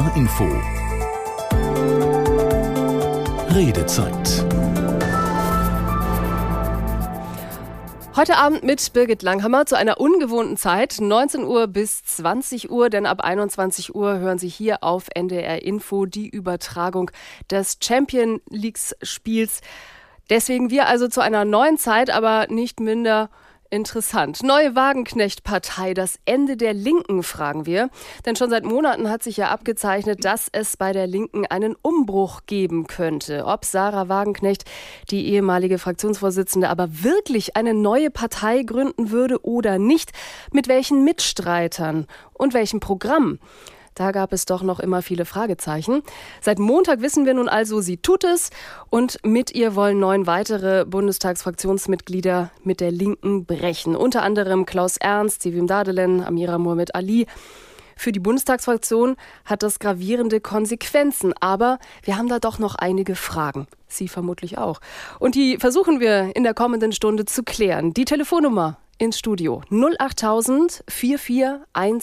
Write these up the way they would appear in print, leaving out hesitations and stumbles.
NDR Info. Redezeit. Heute Abend mit Birgit Langhammer zu einer ungewohnten Zeit, 19 Uhr bis 20 Uhr, denn ab 21 Uhr hören Sie hier auf NDR Info die Übertragung des Champions League-Spiels. Deswegen wir also zu einer neuen Zeit, aber nicht minder interessant. Neue Wagenknecht-Partei, das Ende der Linken, fragen wir. Denn schon seit Monaten hat sich ja abgezeichnet, dass es bei der Linken einen Umbruch geben könnte. Ob Sarah Wagenknecht, die ehemalige Fraktionsvorsitzende, aber wirklich eine neue Partei gründen würde oder nicht, mit welchen Mitstreitern und welchem Programm? Da gab es doch noch immer viele Fragezeichen. Seit Montag wissen wir nun also, sie tut es. Und mit ihr wollen 9 weitere Bundestagsfraktionsmitglieder mit der Linken brechen. Unter anderem Klaus Ernst, Sevim Dardelen, Amira Mohamed Ali. Für die Bundestagsfraktion hat das gravierende Konsequenzen. Aber wir haben da doch noch einige Fragen. Sie vermutlich auch. Und die versuchen wir in der kommenden Stunde zu klären. Die Telefonnummer ins Studio 08000 44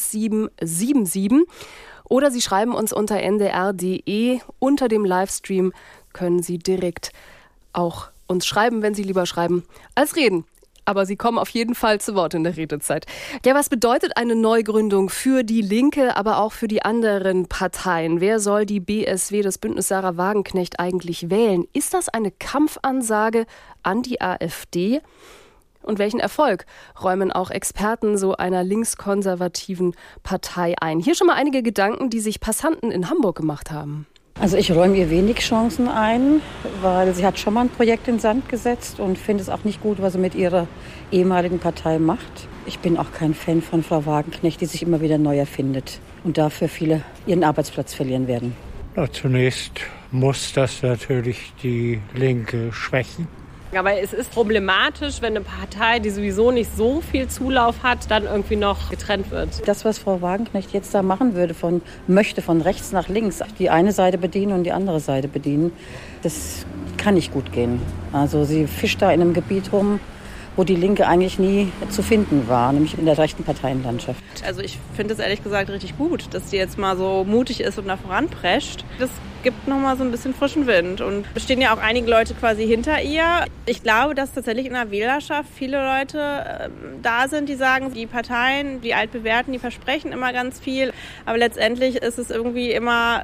1777 oder Sie schreiben uns unter ndr.de. Unter dem Livestream können Sie direkt auch uns schreiben, wenn Sie lieber schreiben als reden. Aber Sie kommen auf jeden Fall zu Wort in der Redezeit. Ja, was bedeutet eine Neugründung für die Linke, aber auch für die anderen Parteien? Wer soll die BSW, das Bündnis Sarah Wagenknecht, eigentlich wählen? Ist das eine Kampfansage an die AfD? Und welchen Erfolg räumen auch Experten so einer linkskonservativen Partei ein? Hier schon mal einige Gedanken, die sich Passanten in Hamburg gemacht haben. Also ich räume ihr wenig Chancen ein, weil sie hat schon mal ein Projekt in den Sand gesetzt und finde es auch nicht gut, was sie mit ihrer ehemaligen Partei macht. Ich bin auch kein Fan von Frau Wagenknecht, die sich immer wieder neu erfindet und dafür viele ihren Arbeitsplatz verlieren werden. Na, zunächst muss das natürlich die Linke schwächen. Aber es ist problematisch, wenn eine Partei, die sowieso nicht so viel Zulauf hat, dann irgendwie noch getrennt wird. Das, was Frau Wagenknecht jetzt da machen würde, möchte von rechts nach links, die eine Seite bedienen und die andere Seite bedienen, das kann nicht gut gehen. Also sie fischt da in einem Gebiet rum, wo die Linke eigentlich nie zu finden war, nämlich in der rechten Parteienlandschaft. Also ich finde es ehrlich gesagt richtig gut, dass sie jetzt mal so mutig ist und da voranprescht. Das gibt nochmal so ein bisschen frischen Wind. Und es stehen ja auch einige Leute quasi hinter ihr. Ich glaube, dass tatsächlich in der Wählerschaft viele Leute da sind, die sagen, die Parteien, die Altbewährten, die versprechen immer ganz viel. Aber letztendlich ist es irgendwie immer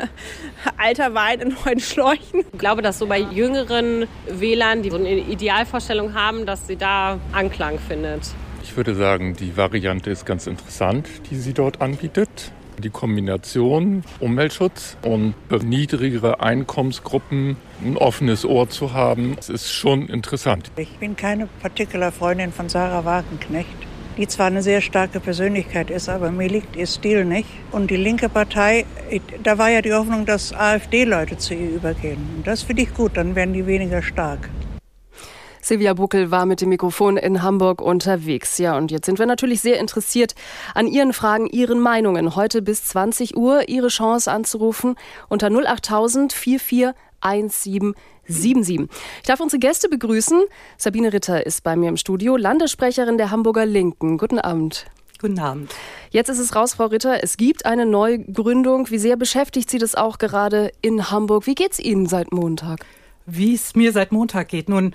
alter Wein in neuen Schläuchen. Ich glaube, dass so bei jüngeren Wählern, die so eine Idealvorstellung haben, dass sie da Anklang findet. Ich würde sagen, die Variante ist ganz interessant, die sie dort anbietet. Die Kombination Umweltschutz und niedrigere Einkommensgruppen, ein offenes Ohr zu haben, das ist schon interessant. Ich bin keine particular Freundin von Sarah Wagenknecht, die zwar eine sehr starke Persönlichkeit ist, aber mir liegt ihr Stil nicht. Und die linke Partei, da war ja die Hoffnung, dass AfD-Leute zu ihr übergehen. Und das finde ich gut, dann werden die weniger stark. Silvia Buckel war mit dem Mikrofon in Hamburg unterwegs. Ja, und jetzt sind wir natürlich sehr interessiert an Ihren Fragen, Ihren Meinungen. Heute bis 20 Uhr Ihre Chance anzurufen unter 08000 44 1777. Ich darf unsere Gäste begrüßen. Sabine Ritter ist bei mir im Studio, Landessprecherin der Hamburger Linken. Guten Abend. Guten Abend. Jetzt ist es raus, Frau Ritter. Es gibt eine Neugründung. Wie sehr beschäftigt Sie das auch gerade in Hamburg? Wie geht's Ihnen seit Montag? Wie es mir seit Montag geht? Nun,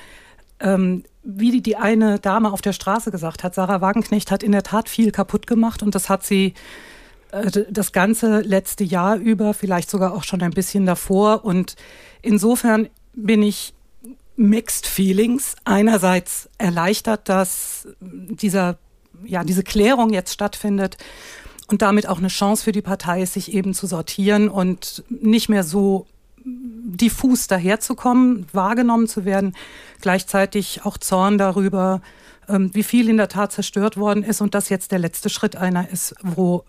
wie die eine Dame auf der Straße gesagt hat, Sarah Wagenknecht hat in der Tat viel kaputt gemacht und das hat sie das ganze letzte Jahr über, vielleicht sogar auch schon ein bisschen davor. Und insofern bin ich mixed feelings. Einerseits erleichtert, dass diese Klärung jetzt stattfindet und damit auch eine Chance für die Partei ist, sich eben zu sortieren und nicht mehr so diffus daherzukommen, wahrgenommen zu werden, gleichzeitig auch Zorn darüber, wie viel in der Tat zerstört worden ist und dass jetzt der letzte Schritt einer ist, wo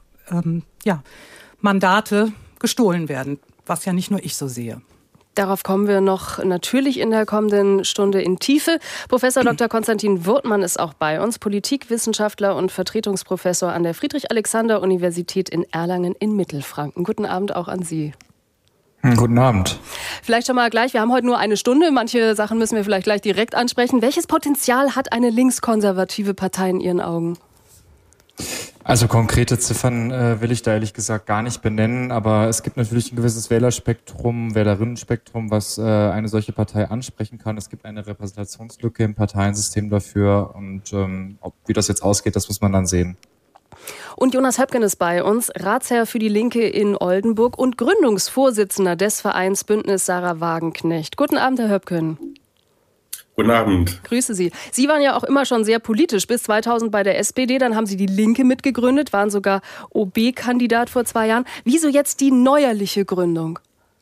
Mandate gestohlen werden, was ja nicht nur ich so sehe. Darauf kommen wir noch natürlich in der kommenden Stunde in Tiefe. Professor Dr. Konstantin Wurtmann ist auch bei uns, Politikwissenschaftler und Vertretungsprofessor an der Friedrich-Alexander-Universität in Erlangen in Mittelfranken. Guten Abend auch an Sie. Guten Abend. Vielleicht schon mal gleich, wir haben heute nur eine Stunde, manche Sachen müssen wir vielleicht gleich direkt ansprechen. Welches Potenzial hat eine linkskonservative Partei in Ihren Augen? Also konkrete Ziffern will ich da ehrlich gesagt gar nicht benennen, aber es gibt natürlich ein gewisses Wählerinnenspektrum, was eine solche Partei ansprechen kann. Es gibt eine Repräsentationslücke im Parteiensystem dafür und wie das jetzt ausgeht, das muss man dann sehen. Und Jonas Höpken ist bei uns, Ratsherr für die Linke in Oldenburg und Gründungsvorsitzender des Vereins Bündnis Sarah Wagenknecht. Guten Abend, Herr Höpken. Guten Abend. Grüße Sie. Sie waren ja auch immer schon sehr politisch, bis 2000 bei der SPD, dann haben Sie die Linke mitgegründet, waren sogar OB-Kandidat vor 2 Jahren. Wieso jetzt die neuerliche Gründung?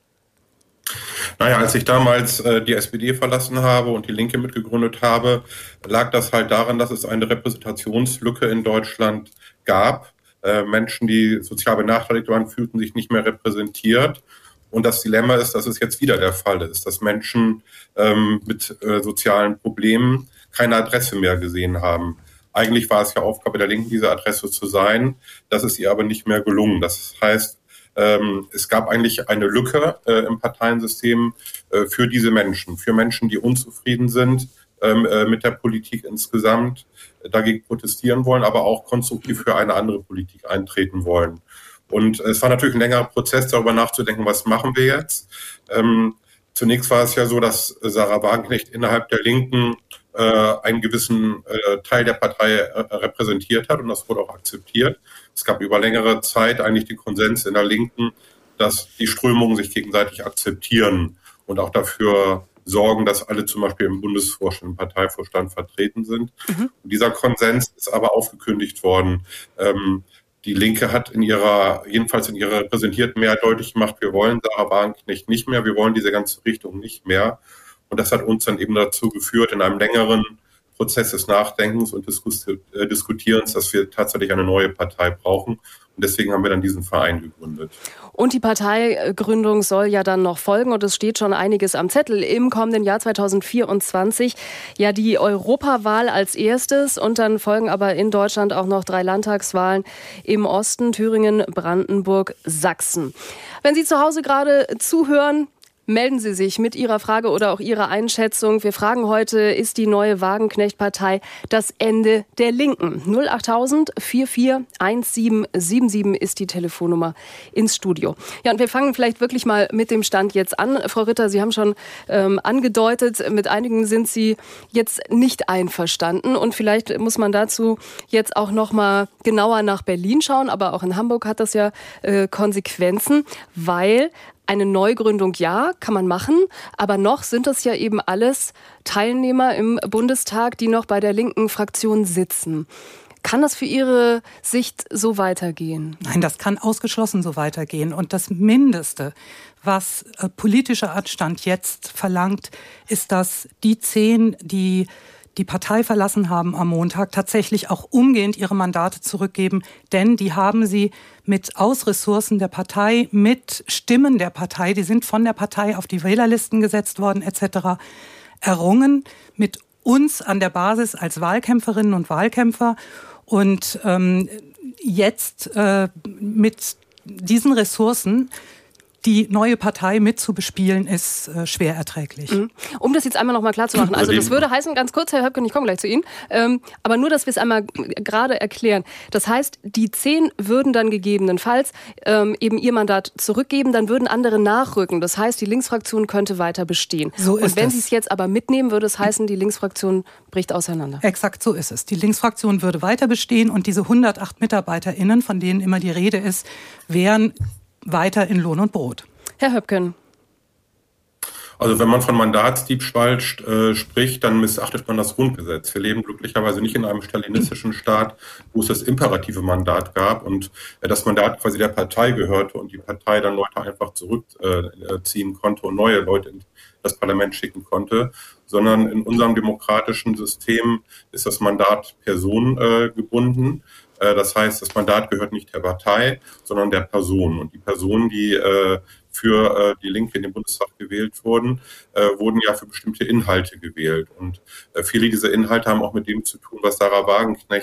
Naja, als ich damals die SPD verlassen habe und die Linke mitgegründet habe, lag das halt daran, dass es eine Repräsentationslücke in Deutschland gab. Menschen, die sozial benachteiligt waren, fühlten sich nicht mehr repräsentiert. Und das Dilemma ist, dass es jetzt wieder der Fall ist, dass Menschen mit sozialen Problemen keine Adresse mehr gesehen haben. Eigentlich war es ja Aufgabe der Linken, diese Adresse zu sein. Das ist ihr aber nicht mehr gelungen. Das heißt, es gab eigentlich eine Lücke im Parteiensystem für diese Menschen, für Menschen, die unzufrieden sind mit der Politik insgesamt, dagegen protestieren wollen, aber auch konstruktiv für eine andere Politik eintreten wollen. Und es war natürlich ein längerer Prozess, darüber nachzudenken, was machen wir jetzt. Zunächst war es ja so, dass Sarah Wagenknecht innerhalb der Linken einen gewissen Teil der Partei repräsentiert hat und das wurde auch akzeptiert. Es gab über längere Zeit eigentlich den Konsens in der Linken, dass die Strömungen sich gegenseitig akzeptieren und auch dafür sorgen, dass alle zum Beispiel im Bundesvorstand, im Parteivorstand vertreten sind. Und dieser Konsens ist aber aufgekündigt worden. Die Linke hat jedenfalls in ihrer repräsentierten Mehrheit deutlich gemacht, wir wollen Sarah Wagenknecht nicht mehr, wir wollen diese ganze Richtung nicht mehr. Und das hat uns dann eben dazu geführt, in einem längeren Prozess des Nachdenkens und Diskutierens, dass wir tatsächlich eine neue Partei brauchen. Und deswegen haben wir dann diesen Verein gegründet. Und die Parteigründung soll ja dann noch folgen und es steht schon einiges am Zettel. Im kommenden Jahr 2024 ja die Europawahl als erstes und dann folgen aber in Deutschland auch noch 3 Landtagswahlen im Osten, Thüringen, Brandenburg, Sachsen. Wenn Sie zu Hause gerade zuhören, melden Sie sich mit Ihrer Frage oder auch Ihrer Einschätzung. Wir fragen heute, ist die neue Wagenknecht-Partei das Ende der Linken? 08000 441777 ist die Telefonnummer ins Studio. Ja, und wir fangen vielleicht wirklich mal mit dem Stand jetzt an. Frau Ritter, Sie haben schon angedeutet, mit einigen sind Sie jetzt nicht einverstanden. Und vielleicht muss man dazu jetzt auch noch mal genauer nach Berlin schauen. Aber auch in Hamburg hat das ja Konsequenzen, weil eine Neugründung, ja, kann man machen, aber noch sind das ja eben alles Teilnehmer im Bundestag, die noch bei der linken Fraktion sitzen. Kann das für Ihre Sicht so weitergehen? Nein, das kann ausgeschlossen so weitergehen. Und das Mindeste, was politischer Anstand jetzt verlangt, ist, dass die 10, die die Partei verlassen haben am Montag, tatsächlich auch umgehend ihre Mandate zurückgeben. Denn die haben sie mit Ressourcen der Partei, mit Stimmen der Partei, die sind von der Partei auf die Wählerlisten gesetzt worden etc., errungen mit uns an der Basis als Wahlkämpferinnen und Wahlkämpfer. Und jetzt mit diesen Ressourcen die neue Partei mit zu bespielen, ist schwer erträglich. Um das jetzt einmal noch mal klar zu machen, also das würde heißen, ganz kurz, Herr Höpken, ich komme gleich zu Ihnen, aber nur, dass wir es einmal gerade erklären. Das heißt, die 10 würden dann gegebenenfalls eben ihr Mandat zurückgeben, dann würden andere nachrücken. Das heißt, die Linksfraktion könnte weiter bestehen. So ist Und wenn es. Sie es jetzt aber mitnehmen, würde es heißen, die Linksfraktion bricht auseinander. Exakt so ist es. Die Linksfraktion würde weiter bestehen und diese 108 MitarbeiterInnen, von denen immer die Rede ist, wären weiter in Lohn und Brot. Herr Höpken. Also wenn man von Mandatsdiebstahl spricht, dann missachtet man das Grundgesetz. Wir leben glücklicherweise nicht in einem stalinistischen Staat, wo es das imperative Mandat gab und das Mandat quasi der Partei gehörte und die Partei dann Leute einfach zurückziehen konnte und neue Leute in das Parlament schicken konnte, sondern in unserem demokratischen System ist das Mandat personengebunden. Das heißt, das Mandat gehört nicht der Partei, sondern der Person. Und die Personen, die für die Linke in den Bundestag gewählt wurden, wurden ja für bestimmte Inhalte gewählt. Und viele dieser Inhalte haben auch mit dem zu tun, was Sarah Wagenknecht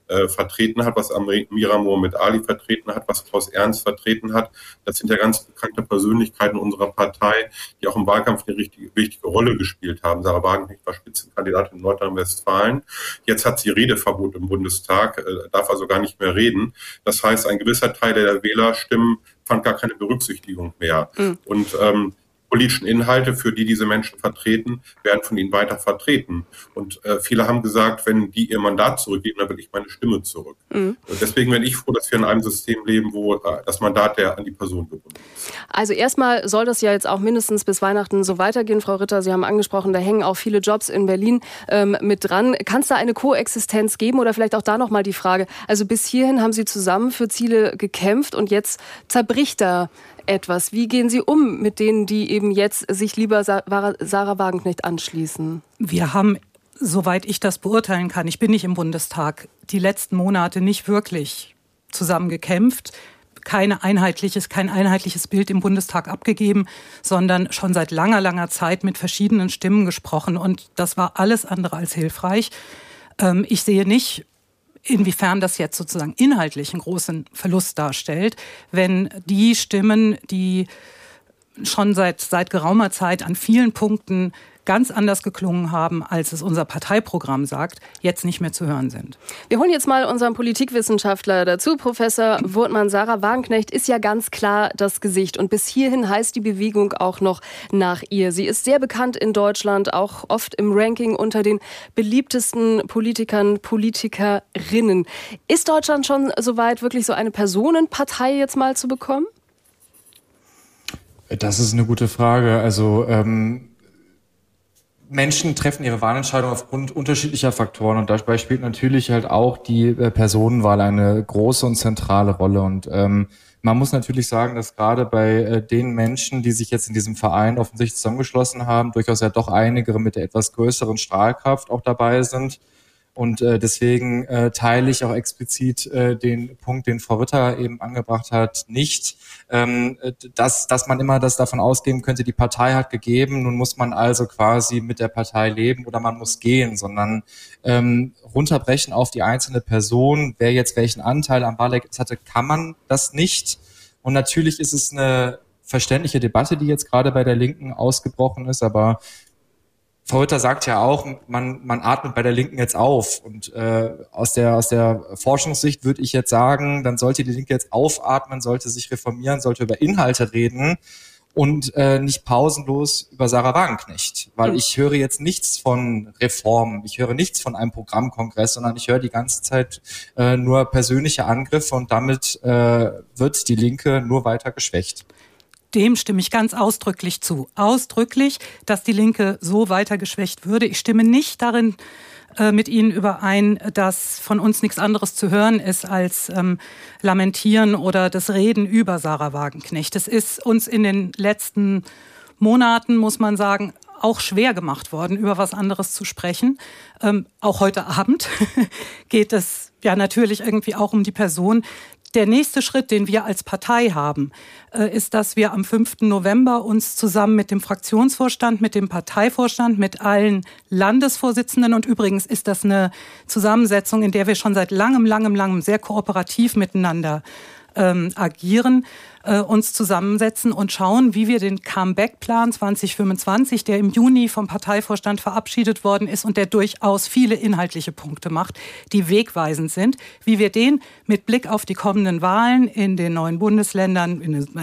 vertreten hat, was Amira Mohamed Ali vertreten hat, was Klaus Ernst vertreten hat. Das sind ja ganz bekannte Persönlichkeiten unserer Partei, die auch im Wahlkampf eine wichtige Rolle gespielt haben. Sarah Wagenknecht war Spitzenkandidatin in Nordrhein-Westfalen. Jetzt hat sie Redeverbot im Bundestag, darf also gar nicht mehr reden. Das heißt, ein gewisser Teil der Wählerstimmen fand gar keine Berücksichtigung mehr. Und politischen Inhalte, für die diese Menschen vertreten, werden von ihnen weiter vertreten. Und viele haben gesagt, wenn die ihr Mandat zurückgeben, dann will ich meine Stimme zurück. Deswegen bin ich froh, dass wir in einem System leben, wo das Mandat an die Person gebunden ist. Also erstmal soll das ja jetzt auch mindestens bis Weihnachten so weitergehen. Frau Ritter, Sie haben angesprochen, da hängen auch viele Jobs in Berlin mit dran. Kann es da eine Koexistenz geben oder vielleicht auch da nochmal die Frage, also bis hierhin haben Sie zusammen für Ziele gekämpft und jetzt zerbricht da etwas. Wie gehen Sie um mit denen, die eben jetzt sich lieber Sarah Wagenknecht anschließen? Wir haben, soweit ich das beurteilen kann, ich bin nicht im Bundestag, die letzten Monate nicht wirklich zusammen gekämpft, kein einheitliches Bild im Bundestag abgegeben, sondern schon seit langer Zeit mit verschiedenen Stimmen gesprochen. Und das war alles andere als hilfreich. Ich sehe nicht, inwiefern das jetzt sozusagen inhaltlich einen großen Verlust darstellt, wenn die Stimmen, die schon seit geraumer Zeit an vielen Punkten ganz anders geklungen haben, als es unser Parteiprogramm sagt, jetzt nicht mehr zu hören sind. Wir holen jetzt mal unseren Politikwissenschaftler dazu. Professor Wurtmann, Sarah Wagenknecht ist ja ganz klar das Gesicht. Und bis hierhin heißt die Bewegung auch noch nach ihr. Sie ist sehr bekannt in Deutschland, auch oft im Ranking unter den beliebtesten Politikern, Politikerinnen. Ist Deutschland schon soweit, wirklich so eine Personenpartei jetzt mal zu bekommen? Das ist eine gute Frage. Also Menschen treffen ihre Wahlentscheidung aufgrund unterschiedlicher Faktoren und dabei spielt natürlich halt auch die Personenwahl eine große und zentrale Rolle. Und man muss natürlich sagen, dass gerade bei den Menschen, die sich jetzt in diesem Verein offensichtlich zusammengeschlossen haben, durchaus ja doch einige mit der etwas größeren Strahlkraft auch dabei sind. Und deswegen teile ich auch explizit den Punkt, den Frau Ritter eben angebracht hat, nicht, dass man immer das davon ausgehen könnte, die Partei hat gegeben, nun muss man also quasi mit der Partei leben oder man muss gehen, sondern runterbrechen auf die einzelne Person, wer jetzt welchen Anteil am Wahlergebnis hatte, kann man das nicht. Und natürlich ist es eine verständliche Debatte, die jetzt gerade bei der Linken ausgebrochen ist, aber Frau Ritter sagt ja auch, man atmet bei der Linken jetzt auf. Und aus der Forschungssicht würde ich jetzt sagen, dann sollte die Linke jetzt aufatmen, sollte sich reformieren, sollte über Inhalte reden und nicht pausenlos über Sarah Wagenknecht. Weil ich höre jetzt nichts von Reformen, ich höre nichts von einem Programmkongress, sondern ich höre die ganze Zeit nur persönliche Angriffe und damit wird die Linke nur weiter geschwächt. Dem stimme ich ganz ausdrücklich zu. Ausdrücklich, dass die Linke so weiter geschwächt würde. Ich stimme nicht darin mit Ihnen überein, dass von uns nichts anderes zu hören ist als Lamentieren oder das Reden über Sarah Wagenknecht. Es ist uns in den letzten Monaten, muss man sagen, auch schwer gemacht worden, über was anderes zu sprechen. Auch heute Abend geht es ja natürlich irgendwie auch um die Person. Der nächste Schritt, den wir als Partei haben, ist, dass wir am 5. November uns zusammen mit dem Fraktionsvorstand, mit dem Parteivorstand, mit allen Landesvorsitzenden, und übrigens ist das eine Zusammensetzung, in der wir schon seit langem sehr kooperativ miteinander agieren, uns zusammensetzen und schauen, wie wir den Comeback-Plan 2025, der im Juni vom Parteivorstand verabschiedet worden ist und der durchaus viele inhaltliche Punkte macht, die wegweisend sind, wie wir den mit Blick auf die kommenden Wahlen in den neuen Bundesländern,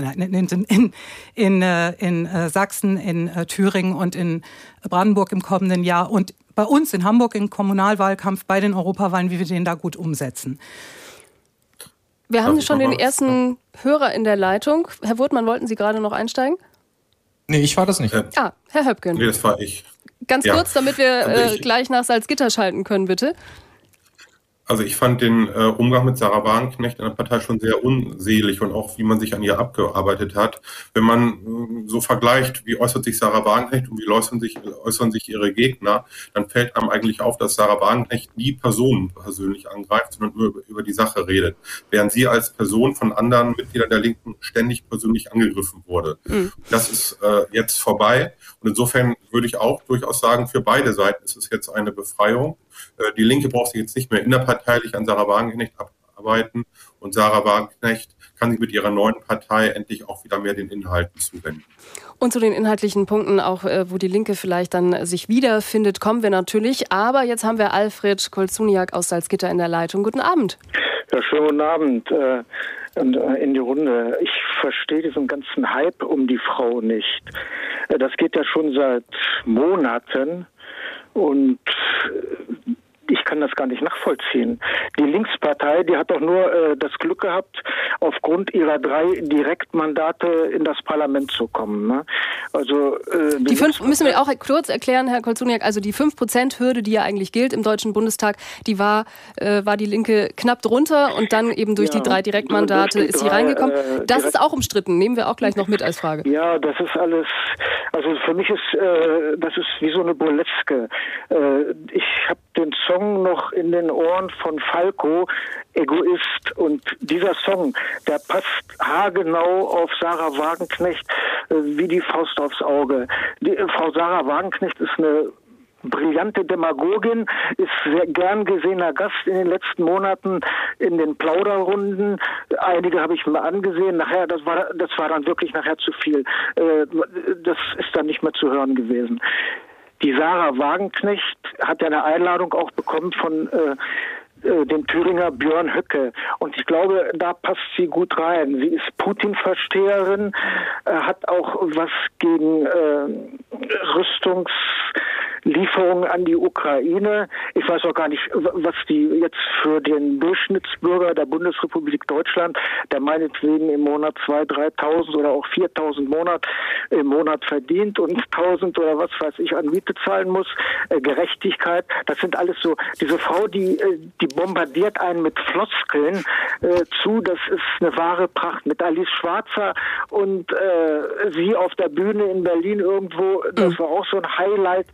in Sachsen, in Thüringen und in Brandenburg im kommenden Jahr und bei uns in Hamburg im Kommunalwahlkampf, bei den Europawahlen, wie wir den da gut umsetzen. Wir haben schon den ersten Hörer in der Leitung. Herr Wurtmann, wollten Sie gerade noch einsteigen? Nee, ich war das nicht. Herr Höpken. Nee, das war ich. Ganz kurz, damit wir gleich nach Salzgitter schalten können, bitte. Also ich fand den Umgang mit Sarah Wagenknecht in der Partei schon sehr unselig und auch wie man sich an ihr abgearbeitet hat. Wenn man so vergleicht, wie äußert sich Sarah Wagenknecht und wie äußern sich ihre Gegner, dann fällt einem eigentlich auf, dass Sarah Wagenknecht nie Personen persönlich angreift, sondern nur über die Sache redet. Während sie als Person von anderen Mitgliedern der Linken ständig persönlich angegriffen wurde. Das ist jetzt vorbei. Und insofern würde ich auch durchaus sagen, für beide Seiten ist es jetzt eine Befreiung. Die Linke braucht sich jetzt nicht mehr innerparteilich an Sarah Wagenknecht abarbeiten und Sarah Wagenknecht kann sich mit ihrer neuen Partei endlich auch wieder mehr den Inhalten zuwenden. Und zu den inhaltlichen Punkten, auch wo die Linke vielleicht dann sich wiederfindet, kommen wir natürlich. Aber jetzt haben wir Alfred Kolzuniak aus Salzgitter in der Leitung. Guten Abend. Ja, schönen guten Abend in die Runde. Ich verstehe diesen ganzen Hype um die Frau nicht. Das geht ja schon seit Monaten und ich kann das gar nicht nachvollziehen. Die Linkspartei, die hat doch nur das Glück gehabt, aufgrund ihrer 3 Direktmandate in das Parlament zu kommen. Ne? Also die 5 müssen wir auch kurz erklären, Herr Kolzuniak. Also die 5%-Hürde, die ja eigentlich gilt im Deutschen Bundestag, die war die Linke knapp drunter und dann eben durch die 3 Direktmandate ist sie reingekommen. Das ist auch umstritten. Nehmen wir auch gleich noch mit als Frage. Ja, das ist alles. Also für mich ist das ist wie so eine Burleske. Ich habe den Song noch in den Ohren von Falco, Egoist. Und dieser Song, der passt haargenau auf Sarah Wagenknecht wie die Faust aufs Auge. Frau Sarah Wagenknecht ist eine brillante Demagogin, ist sehr gern gesehener Gast in den letzten Monaten in den Plauderrunden. Einige habe ich mir angesehen. Nachher, das war dann wirklich nachher zu viel. Das ist dann nicht mehr zu hören gewesen. Die Sarah Wagenknecht hat ja eine Einladung auch bekommen von dem Thüringer Björn Höcke. Und ich glaube, da passt sie gut rein. Sie ist Putin-Versteherin, hat auch was gegen Rüstungslieferungen an die Ukraine. Ich weiß auch gar nicht, was die jetzt für den Durchschnittsbürger der Bundesrepublik Deutschland, der meinetwegen im Monat 2.000, 3.000 oder auch 4.000 im Monat verdient und 1.000 oder was weiß ich an Miete zahlen muss, Gerechtigkeit, das sind alles so, diese Frau, die bombardiert einen mit Floskeln zu, das ist eine wahre Pracht. Mit Alice Schwarzer und sie auf der Bühne in Berlin irgendwo, das war auch so ein Highlight.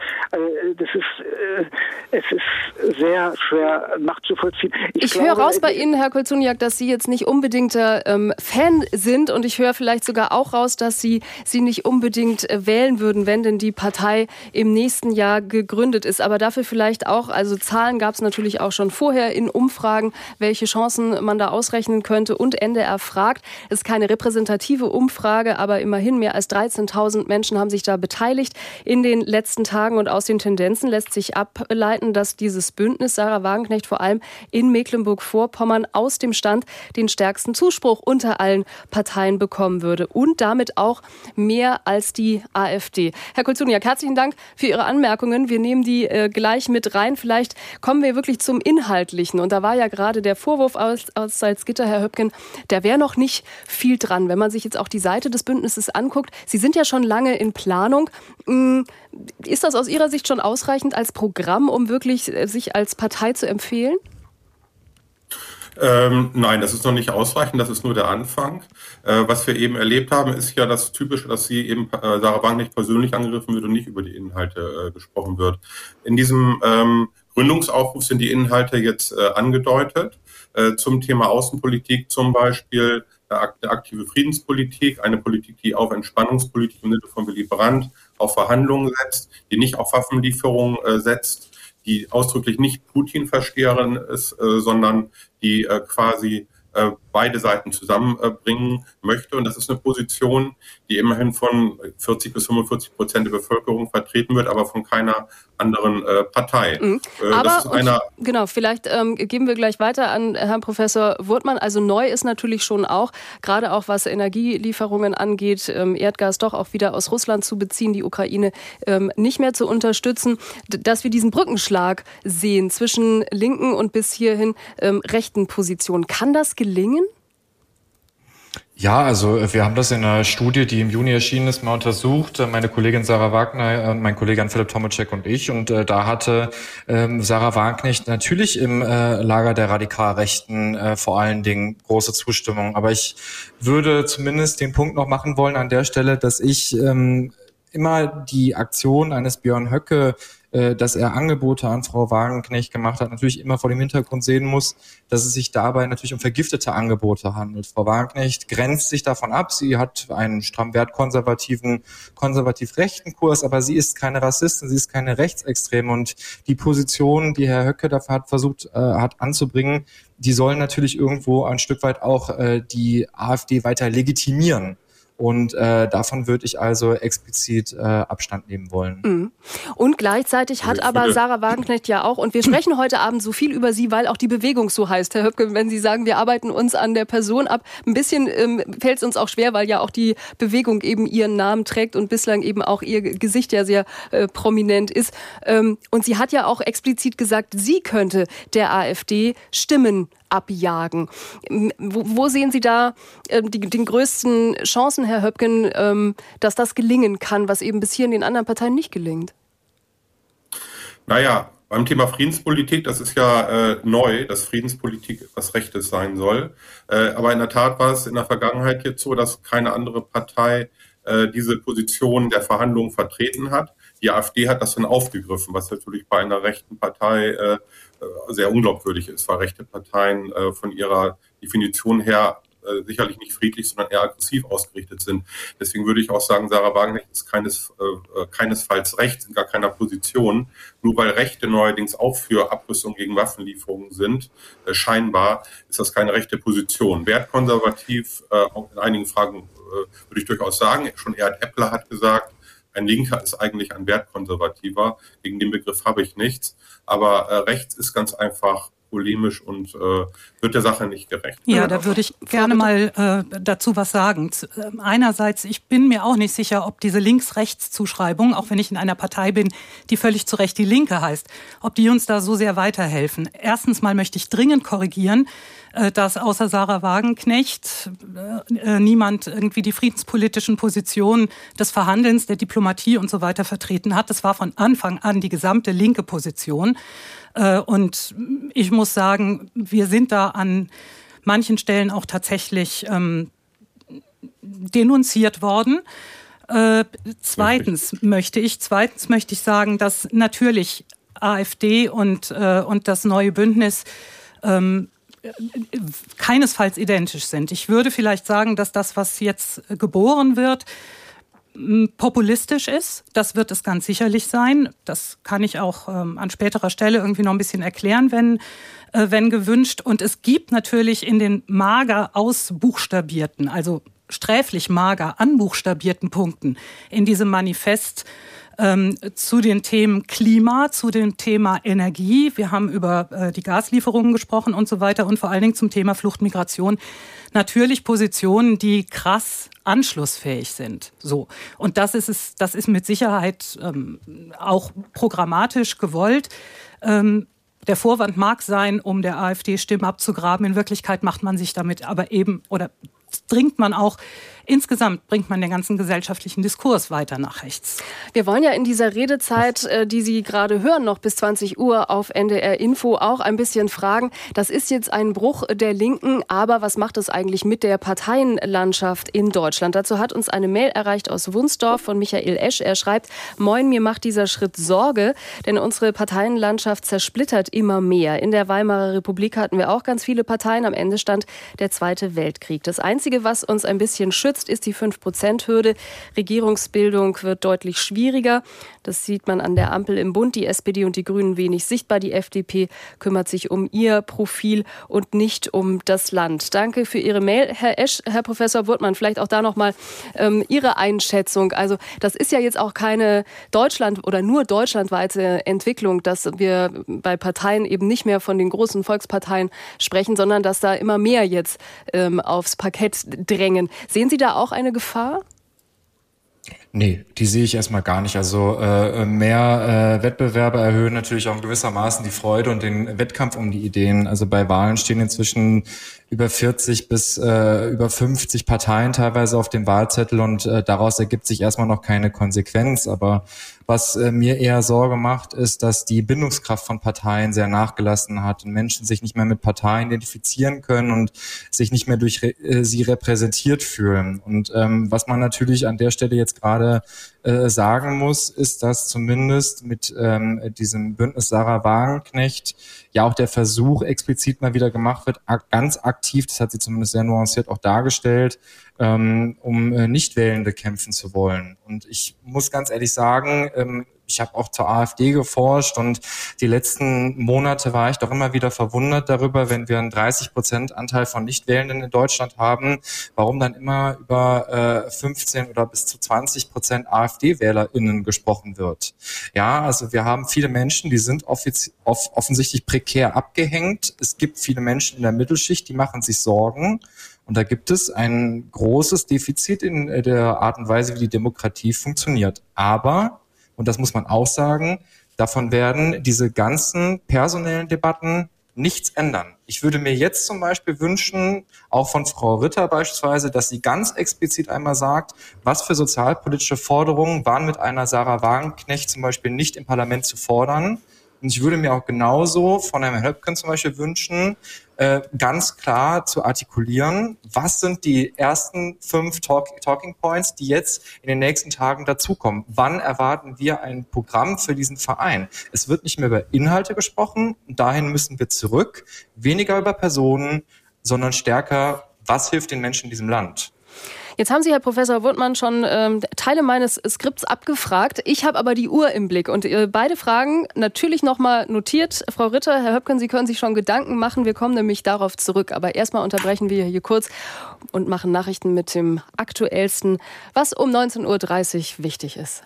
Es ist sehr schwer nachzuvollziehen. Ich höre raus bei Ihnen, Herr Kolzuniak, dass Sie jetzt nicht unbedingter Fan sind und ich höre vielleicht sogar auch raus, dass Sie nicht unbedingt wählen würden, wenn denn die Partei im nächsten Jahr gegründet ist. Aber dafür vielleicht auch, also Zahlen gab es natürlich auch schon vorher in Umfragen, welche Chancen man da ausrechnen könnte. Und NDR fragt, es ist keine repräsentative Umfrage, aber immerhin mehr als 13.000 Menschen haben sich da beteiligt in den letzten Tagen. Und aus den Tendenzen lässt sich ableiten, dass dieses Bündnis Sarah Wagenknecht vor allem in Mecklenburg-Vorpommern aus dem Stand den stärksten Zuspruch unter allen Parteien bekommen würde. Und damit auch mehr als die AfD. Herr Kolzuniak, herzlichen Dank für Ihre Anmerkungen. Wir nehmen die gleich mit rein. Vielleicht kommen wir wirklich zum Inhaltlichen. Und da war ja gerade der Vorwurf aus Salzgitter, Herr Höpken, da wäre noch nicht viel dran. Wenn man sich jetzt auch die Seite des Bündnisses anguckt, Sie sind ja schon lange in Planung. Ist das aus Ihrer Sicht schon ausreichend als Programm, um wirklich sich als Partei zu empfehlen? Nein, das ist noch nicht ausreichend, das ist nur der Anfang. Was wir eben erlebt haben, ist ja das Typische, dass sie eben Sarah Wagenknecht persönlich angegriffen wird und nicht über die Inhalte gesprochen wird. In diesem Gründungsaufruf sind die Inhalte jetzt angedeutet. Zum Thema Außenpolitik zum Beispiel eine aktive Friedenspolitik, eine Politik, die auf Entspannungspolitik im Sinne von Willy Brandt, auf Verhandlungen setzt, die nicht auf Waffenlieferungen setzt, die ausdrücklich nicht Putin-Versteherin ist, sondern die quasi beide Seiten zusammenbringen möchte. Und das ist eine Position, die immerhin von 40 bis 45% der Bevölkerung vertreten wird, aber von keiner anderen Partei. Genau, vielleicht geben wir gleich weiter an Herrn Professor Wurtmann. Also neu ist natürlich schon auch, gerade auch was Energielieferungen angeht, Erdgas doch auch wieder aus Russland zu beziehen, die Ukraine nicht mehr zu unterstützen, dass wir diesen Brückenschlag sehen zwischen linken und bis hierhin rechten Positionen. Kann das gelingen? Ja, also wir haben das in einer Studie, die im Juni erschienen ist, mal untersucht. Meine Kollegin Sarah Wagner, mein Kollege Philipp Tomacek und ich. Und da hatte Sarah Wagenknecht natürlich im Lager der Radikalrechten vor allen Dingen große Zustimmung. Aber ich würde zumindest den Punkt noch machen wollen an der Stelle, dass ich immer die Aktion eines Björn Höcke dass er Angebote an Frau Wagenknecht gemacht hat, natürlich immer vor dem Hintergrund sehen muss, dass es sich dabei natürlich um vergiftete Angebote handelt. Frau Wagenknecht grenzt sich davon ab. Sie hat einen stramm konservativ-rechten Kurs, aber sie ist keine Rassistin, sie ist keine Rechtsextreme. Und die Position, die Herr Höcke dafür hat anzubringen, die sollen natürlich irgendwo ein Stück weit auch die AfD weiter legitimieren. Und davon würde ich also explizit Abstand nehmen wollen. Mhm. Und gleichzeitig hat aber Sarah Wagenknecht ja auch, und wir sprechen heute Abend so viel über sie, weil auch die Bewegung so heißt, Herr Höpke, wenn Sie sagen, wir arbeiten uns an der Person ab, ein bisschen fällt es uns auch schwer, weil ja auch die Bewegung eben ihren Namen trägt und bislang eben auch ihr Gesicht ja sehr prominent ist. Und sie hat ja auch explizit gesagt, sie könnte der AfD Stimmen abjagen. Wo sehen Sie da den größten Chancen, Herr Höpken, dass das gelingen kann, was eben bis hier in den anderen Parteien nicht gelingt? Naja, beim Thema Friedenspolitik, das ist ja neu, dass Friedenspolitik etwas Rechtes sein soll. Aber in der Tat war es in der Vergangenheit jetzt so, dass keine andere Partei diese Position der Verhandlungen vertreten hat. Die AfD hat das dann aufgegriffen, was natürlich bei einer rechten Partei sehr unglaubwürdig ist, weil rechte Parteien von ihrer Definition her sicherlich nicht friedlich, sondern eher aggressiv ausgerichtet sind. Deswegen würde ich auch sagen, Sarah Wagenknecht ist keinesfalls rechts in gar keiner Position. Nur weil Rechte neuerdings auch für Abrüstung gegen Waffenlieferungen sind, scheinbar ist das keine rechte Position. Wertkonservativ, auch in einigen Fragen würde ich durchaus sagen. Schon Erhard Eppler hat gesagt, ein Linker ist eigentlich ein Wertkonservativer. Gegen den Begriff habe ich nichts. Aber rechts ist ganz einfach polemisch und wird der Sache nicht gerecht. Ja, da würde ich gerne mal dazu was sagen. Einerseits, ich bin mir auch nicht sicher, ob diese Links-Rechts-Zuschreibung, auch wenn ich in einer Partei bin, die völlig zu Recht die Linke heißt, ob die uns da so sehr weiterhelfen. Erstens mal möchte ich dringend korrigieren, dass außer Sarah Wagenknecht niemand irgendwie die friedenspolitischen Positionen des Verhandelns, der Diplomatie und so weiter vertreten hat. Das war von Anfang an die gesamte linke Position. Und ich muss sagen, wir sind da an manchen Stellen auch tatsächlich denunziert worden. Zweitens möchte ich sagen, dass natürlich AfD und das neue Bündnis keinesfalls identisch sind. Ich würde vielleicht sagen, dass das, was jetzt geboren wird, populistisch ist. Das wird es ganz sicherlich sein. Das kann ich auch an späterer Stelle irgendwie noch ein bisschen erklären, wenn gewünscht. Und es gibt natürlich in den mager ausbuchstabierten, also sträflich mager anbuchstabierten Punkten in diesem Manifest zu den Themen Klima, zu dem Thema Energie. Wir haben über die Gaslieferungen gesprochen und so weiter und vor allen Dingen zum Thema Flucht, Migration. Natürlich Positionen, die krass anschlussfähig sind. So. Und das ist mit Sicherheit auch programmatisch gewollt. Der Vorwand mag sein, um der AfD Stimmen abzugraben. In Wirklichkeit macht man sich damit aber eben oder insgesamt bringt man den ganzen gesellschaftlichen Diskurs weiter nach rechts. Wir wollen ja in dieser Redezeit, die Sie gerade hören, noch bis 20 Uhr auf NDR Info auch ein bisschen fragen. Das ist jetzt ein Bruch der Linken, aber was macht es eigentlich mit der Parteienlandschaft in Deutschland? Dazu hat uns eine Mail erreicht aus Wunsdorf von Michael Esch. Er schreibt: Moin, mir macht dieser Schritt Sorge, denn unsere Parteienlandschaft zersplittert immer mehr. In der Weimarer Republik hatten wir auch ganz viele Parteien. Am Ende stand der Zweite Weltkrieg. Das Einzige, was uns ein bisschen schützt, ist die 5%-Hürde. Regierungsbildung wird deutlich schwieriger. Das sieht man an der Ampel im Bund. Die SPD und die Grünen wenig sichtbar. Die FDP kümmert sich um ihr Profil und nicht um das Land. Danke für Ihre Mail, Herr Esch. Herr Professor Burtmann, vielleicht auch da nochmal Ihre Einschätzung. Also das ist ja jetzt auch keine Deutschland- oder nur deutschlandweite Entwicklung, dass wir bei Parteien eben nicht mehr von den großen Volksparteien sprechen, sondern dass da immer mehr jetzt aufs Parkett drängen. Sehen Sie da auch eine Gefahr? Nee, die sehe ich erstmal gar nicht. Also mehr Wettbewerbe erhöhen natürlich auch in gewissermaßen die Freude und den Wettkampf um die Ideen. Also bei Wahlen stehen inzwischen über 40 bis über 50 Parteien teilweise auf dem Wahlzettel und daraus ergibt sich erstmal noch keine Konsequenz. Aber was mir eher Sorge macht, ist, dass die Bindungskraft von Parteien sehr nachgelassen hat und Menschen sich nicht mehr mit Parteien identifizieren können und sich nicht mehr durch sie repräsentiert fühlen. Und was man natürlich an der Stelle jetzt gerade gerade sagen muss, ist, dass zumindest mit diesem Bündnis Sarah Wagenknecht ja auch der Versuch explizit mal wieder gemacht wird, ganz aktiv, das hat sie zumindest sehr nuanciert auch dargestellt, um Nichtwählende kämpfen zu wollen. Und ich muss ganz ehrlich sagen, ich habe auch zur AfD geforscht und die letzten Monate war ich doch immer wieder verwundert darüber, wenn wir einen 30% Anteil von Nichtwählenden in Deutschland haben, warum dann immer über 15 oder bis zu 20% AfD-WählerInnen gesprochen wird. Ja, also wir haben viele Menschen, die sind offensichtlich prekär abgehängt. Es gibt viele Menschen in der Mittelschicht, die machen sich Sorgen. Und da gibt es ein großes Defizit in der Art und Weise, wie die Demokratie funktioniert. Aber, und das muss man auch sagen, davon werden diese ganzen personellen Debatten nichts ändern. Ich würde mir jetzt zum Beispiel wünschen, auch von Frau Ritter beispielsweise, dass sie ganz explizit einmal sagt, was für sozialpolitische Forderungen waren mit einer Sarah Wagenknecht zum Beispiel nicht im Parlament zu fordern. Und ich würde mir auch genauso von Herrn Höpken zum Beispiel wünschen, ganz klar zu artikulieren, was sind die ersten 5 Talking Points, die jetzt in den nächsten Tagen dazukommen. Wann erwarten wir ein Programm für diesen Verein? Es wird nicht mehr über Inhalte gesprochen, und dahin müssen wir zurück. Weniger über Personen, sondern stärker, was hilft den Menschen in diesem Land? Jetzt haben Sie, Herr Professor Wurtmann, schon Teile meines Skripts abgefragt. Ich habe aber die Uhr im Blick und beide Fragen natürlich nochmal notiert. Frau Ritter, Herr Höpken, Sie können sich schon Gedanken machen. Wir kommen nämlich darauf zurück. Aber erstmal unterbrechen wir hier kurz und machen Nachrichten mit dem Aktuellsten, was um 19.30 Uhr wichtig ist.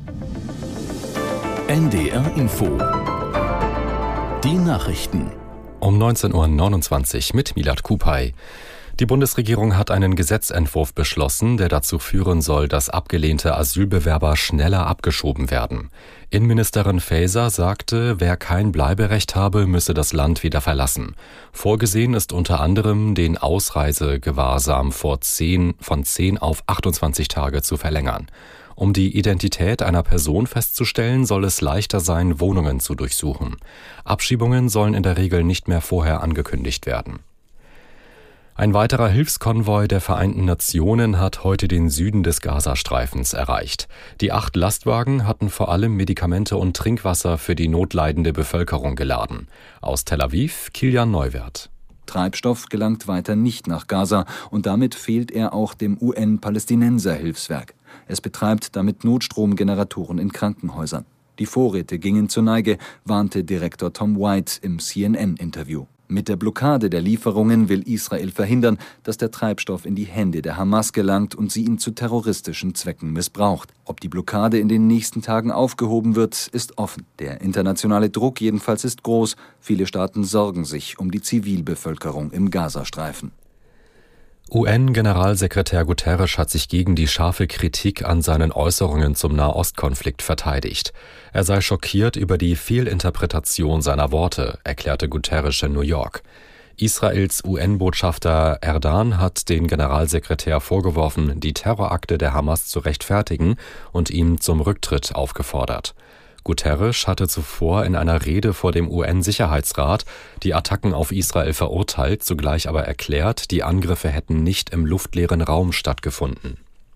NDR Info. Die Nachrichten. Um 19.29 Uhr mit Milad Kupay. Die Bundesregierung hat einen Gesetzentwurf beschlossen, der dazu führen soll, dass abgelehnte Asylbewerber schneller abgeschoben werden. Innenministerin Faeser sagte, wer kein Bleiberecht habe, müsse das Land wieder verlassen. Vorgesehen ist unter anderem, den Ausreisegewahrsam von 10 auf 28 Tage zu verlängern. Um die Identität einer Person festzustellen, soll es leichter sein, Wohnungen zu durchsuchen. Abschiebungen sollen in der Regel nicht mehr vorher angekündigt werden. Ein weiterer Hilfskonvoi der Vereinten Nationen hat heute den Süden des Gazastreifens erreicht. Die 8 Lastwagen hatten vor allem Medikamente und Trinkwasser für die notleidende Bevölkerung geladen. Aus Tel Aviv, Kilian Neuwert. Treibstoff gelangt weiter nicht nach Gaza und damit fehlt er auch dem UN-Palästinenser-Hilfswerk. Es betreibt damit Notstromgeneratoren in Krankenhäusern. Die Vorräte gingen zur Neige, warnte Direktor Tom White im CNN-Interview. Mit der Blockade der Lieferungen will Israel verhindern, dass der Treibstoff in die Hände der Hamas gelangt und sie ihn zu terroristischen Zwecken missbraucht. Ob die Blockade in den nächsten Tagen aufgehoben wird, ist offen. Der internationale Druck jedenfalls ist groß. Viele Staaten sorgen sich um die Zivilbevölkerung im Gazastreifen. UN-Generalsekretär Guterres hat sich gegen die scharfe Kritik an seinen Äußerungen zum Nahostkonflikt verteidigt. Er sei schockiert über die Fehlinterpretation seiner Worte, erklärte Guterres in New York. Israels UN-Botschafter Erdan hat den Generalsekretär vorgeworfen, die Terrorakte der Hamas zu rechtfertigen und ihn zum Rücktritt aufgefordert. Guterres hatte zuvor in einer Rede vor dem UN-Sicherheitsrat die Attacken auf Israel verurteilt, zugleich aber erklärt, die Angriffe hätten nicht im luftleeren Raum stattgefunden.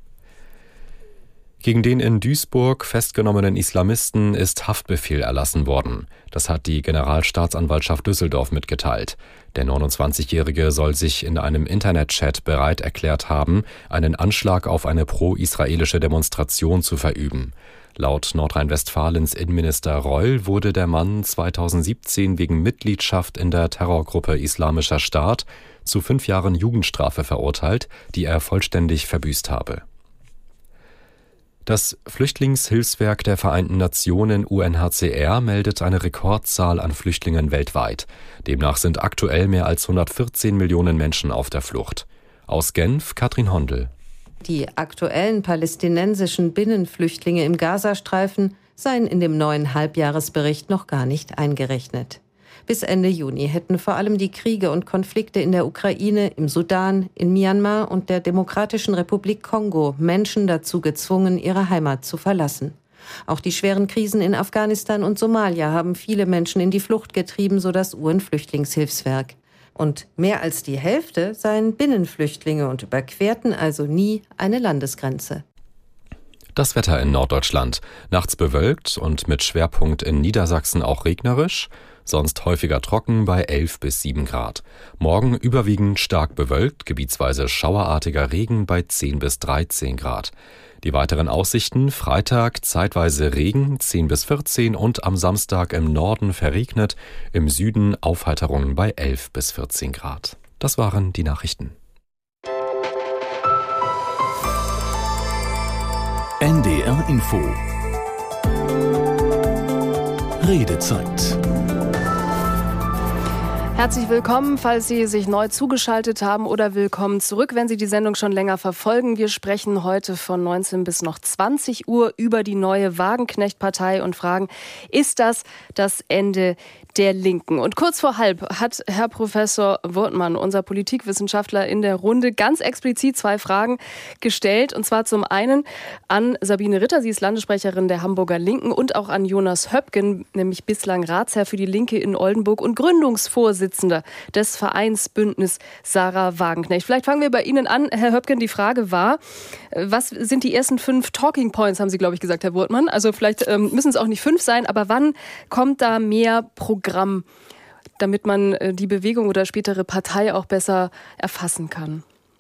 Gegen den in Duisburg festgenommenen Islamisten ist Haftbefehl erlassen worden. Das hat die Generalstaatsanwaltschaft Düsseldorf mitgeteilt. Der 29-Jährige soll sich in einem Internetchat bereit erklärt haben, einen Anschlag auf eine pro-israelische Demonstration zu verüben. Laut Nordrhein-Westfalens Innenminister Reul wurde der Mann 2017 wegen Mitgliedschaft in der Terrorgruppe Islamischer Staat zu 5 Jahren Jugendstrafe verurteilt, die er vollständig verbüßt habe. Das Flüchtlingshilfswerk der Vereinten Nationen UNHCR meldet eine Rekordzahl an Flüchtlingen weltweit. Demnach sind aktuell mehr als 114 Millionen Menschen auf der Flucht. Aus Genf, Katrin Hondel. Die aktuellen palästinensischen Binnenflüchtlinge im Gazastreifen seien in dem neuen Halbjahresbericht noch gar nicht eingerechnet. Bis Ende Juni hätten vor allem die Kriege und Konflikte in der Ukraine, im Sudan, in Myanmar und der Demokratischen Republik Kongo Menschen dazu gezwungen, ihre Heimat zu verlassen. Auch die schweren Krisen in Afghanistan und Somalia haben viele Menschen in die Flucht getrieben, so das UN-Flüchtlingshilfswerk. Und mehr als die Hälfte seien Binnenflüchtlinge und überquerten also nie eine Landesgrenze. Das Wetter in Norddeutschland. Nachts bewölkt und mit Schwerpunkt in Niedersachsen auch regnerisch. Sonst häufiger trocken bei 11 bis 7 Grad. Morgen überwiegend stark bewölkt, gebietsweise schauerartiger Regen bei 10 bis 13 Grad. Die weiteren Aussichten: Freitag zeitweise Regen 10 bis 14 und am Samstag im Norden verregnet, im Süden Aufheiterungen bei 11 bis 14 Grad. Das waren die Nachrichten. NDR Info. Redezeit. Herzlich willkommen, falls Sie sich neu zugeschaltet haben, oder willkommen zurück, wenn Sie die Sendung schon länger verfolgen. Wir sprechen heute von 19 bis noch 20 Uhr über die neue Wagenknecht-Partei und fragen, ist das Ende der Linken? Und kurz vor halb hat Herr Professor Wurtmann, unser Politikwissenschaftler, in der Runde ganz explizit 2 Fragen gestellt. Und zwar zum einen an Sabine Ritter, sie ist Landessprecherin der Hamburger Linken, und auch an Jonas Höpken, nämlich bislang Ratsherr für die Linke in Oldenburg und Gründungsvorsitzender des Vereins Bündnis Sarah Wagenknecht. Vielleicht fangen wir bei Ihnen an, Herr Höpken. Die Frage war, was sind die ersten 5 Talking Points, haben Sie, glaube ich, gesagt, Herr Wurtmann. Also vielleicht müssen es auch nicht 5 sein, aber wann kommt da mehr Programm, damit man die Bewegung oder spätere Partei auch besser erfassen kann?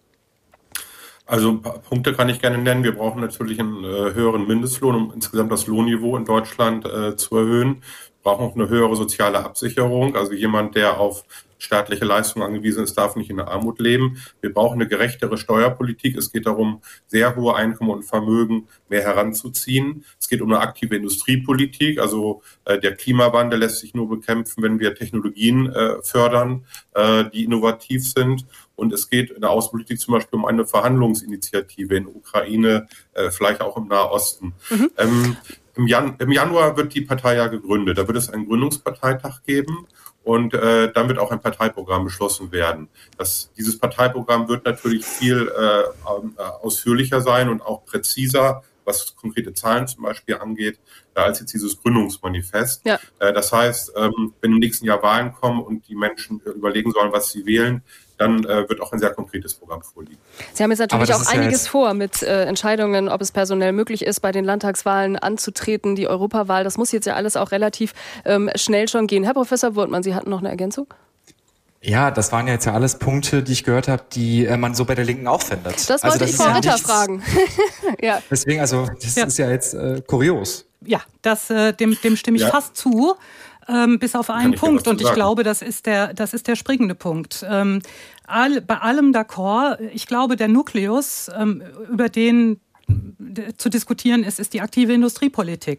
Also ein paar Punkte kann ich gerne nennen. Wir brauchen natürlich einen höheren Mindestlohn, um insgesamt das Lohnniveau in Deutschland zu erhöhen. Wir brauchen auch eine höhere soziale Absicherung. Also jemand, der auf staatliche Leistungen angewiesen ist, darf nicht in der Armut leben. Wir brauchen eine gerechtere Steuerpolitik. Es geht darum, sehr hohe Einkommen und Vermögen mehr heranzuziehen. Es geht um eine aktive Industriepolitik. Also der Klimawandel lässt sich nur bekämpfen, wenn wir Technologien fördern, die innovativ sind. Und es geht in der Außenpolitik zum Beispiel um eine Verhandlungsinitiative in der Ukraine, vielleicht auch im Nahosten. Im Januar wird die Partei ja gegründet. Da wird es einen Gründungsparteitag geben. Und dann wird auch ein Parteiprogramm beschlossen werden. Dieses Parteiprogramm wird natürlich viel ausführlicher sein und auch präziser, was konkrete Zahlen zum Beispiel angeht, als jetzt dieses Gründungsmanifest. Ja. Das heißt, wenn im nächsten Jahr Wahlen kommen und die Menschen überlegen sollen, was sie wählen, dann wird auch ein sehr konkretes Programm vorliegen. Sie haben jetzt natürlich auch einiges vor mit Entscheidungen, ob es personell möglich ist, bei den Landtagswahlen anzutreten, die Europawahl. Das muss jetzt ja alles auch relativ schnell schon gehen. Herr Professor Wurtmann, Sie hatten noch eine Ergänzung? Ja, das waren ja jetzt ja alles Punkte, die ich gehört habe, die man so bei der Linken auch findet. Das wollte ich Frau Ritter fragen. Ja. Deswegen, also das ist ja jetzt kurios. Ja, dem stimme ich fast zu. Bis auf einen Punkt. Und ich glaube, das ist der springende Punkt. Bei allem d'accord. Ich glaube, der Nukleus, über den zu diskutieren ist die aktive Industriepolitik.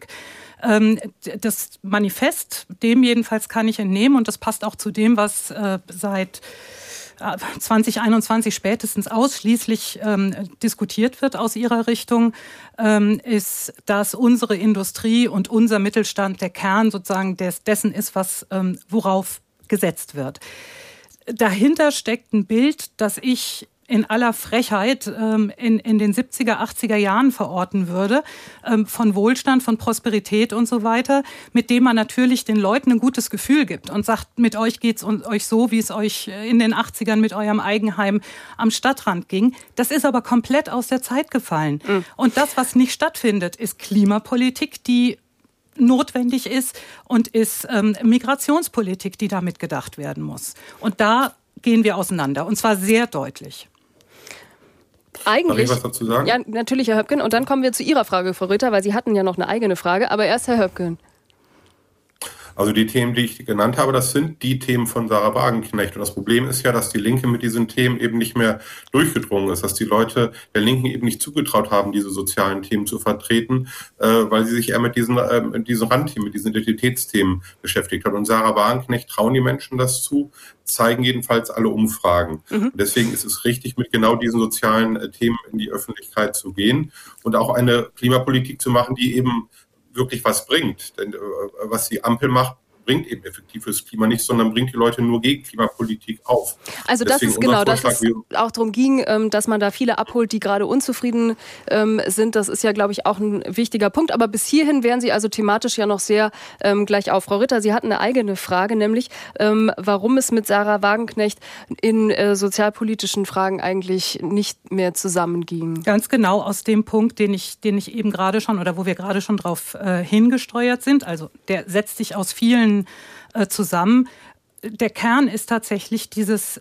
Das Manifest, dem jedenfalls kann ich entnehmen, und das passt auch zu dem, was seit 2021 spätestens ausschließlich diskutiert wird aus Ihrer Richtung, ist, dass unsere Industrie und unser Mittelstand der Kern sozusagen dessen ist, worauf gesetzt wird. Dahinter steckt ein Bild, das ich in aller Frechheit in den 70er, 80er Jahren verorten würde, von Wohlstand, von Prosperität und so weiter, mit dem man natürlich den Leuten ein gutes Gefühl gibt und sagt, mit euch geht's euch so, wie es euch in den 80ern mit eurem Eigenheim am Stadtrand ging. Das ist aber komplett aus der Zeit gefallen. Mhm. Und das, was nicht stattfindet, ist Klimapolitik, die notwendig ist, und ist Migrationspolitik, die damit gedacht werden muss. Und da gehen wir auseinander, und zwar sehr deutlich. Eigentlich, darf ich was dazu sagen? Ja, natürlich, Herr Höpken. Und dann kommen wir zu Ihrer Frage, Frau Ritter, weil Sie hatten ja noch eine eigene Frage. Aber erst Herr Höpken. Also die Themen, die ich genannt habe, das sind die Themen von Sarah Wagenknecht. Und das Problem ist ja, dass die Linke mit diesen Themen eben nicht mehr durchgedrungen ist, dass die Leute der Linken eben nicht zugetraut haben, diese sozialen Themen zu vertreten, weil sie sich eher mit diesen Randthemen, mit diesen Identitätsthemen beschäftigt hat. Und Sarah Wagenknecht trauen die Menschen das zu, zeigen jedenfalls alle Umfragen. Und deswegen ist es richtig, mit genau diesen sozialen Themen in die Öffentlichkeit zu gehen und auch eine Klimapolitik zu machen, die eben wirklich was bringt. Denn was die Ampel macht, bringt eben effektiv fürs Klima nichts, sondern bringt die Leute nur gegen Klimapolitik auf. Also das ist genau, dass es auch darum ging, dass man da viele abholt, die gerade unzufrieden sind. Das ist ja, glaube ich, auch ein wichtiger Punkt. Aber bis hierhin wären Sie also thematisch ja noch sehr gleich auf. Frau Ritter, Sie hatten eine eigene Frage, nämlich warum es mit Sarah Wagenknecht in sozialpolitischen Fragen eigentlich nicht mehr zusammenging. Ganz genau aus dem Punkt, den ich eben gerade schon oder wo wir gerade schon drauf hingesteuert sind. Also der setzt sich aus vielen zusammen. Der Kern ist tatsächlich dieses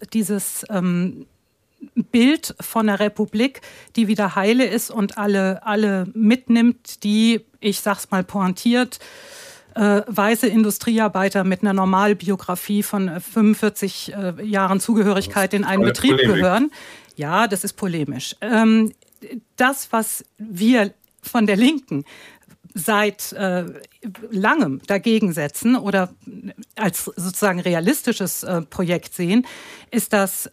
Bild von einer Republik, die wieder heile ist und alle mitnimmt, die, ich sag's mal pointiert, weiße Industriearbeiter mit einer Normalbiografie von 45 Jahren Zugehörigkeit in einen Betrieb gehören. Ja, das ist polemisch. Das, was wir von der Linken seit langem dagegen setzen oder als sozusagen realistisches Projekt sehen, ist, dass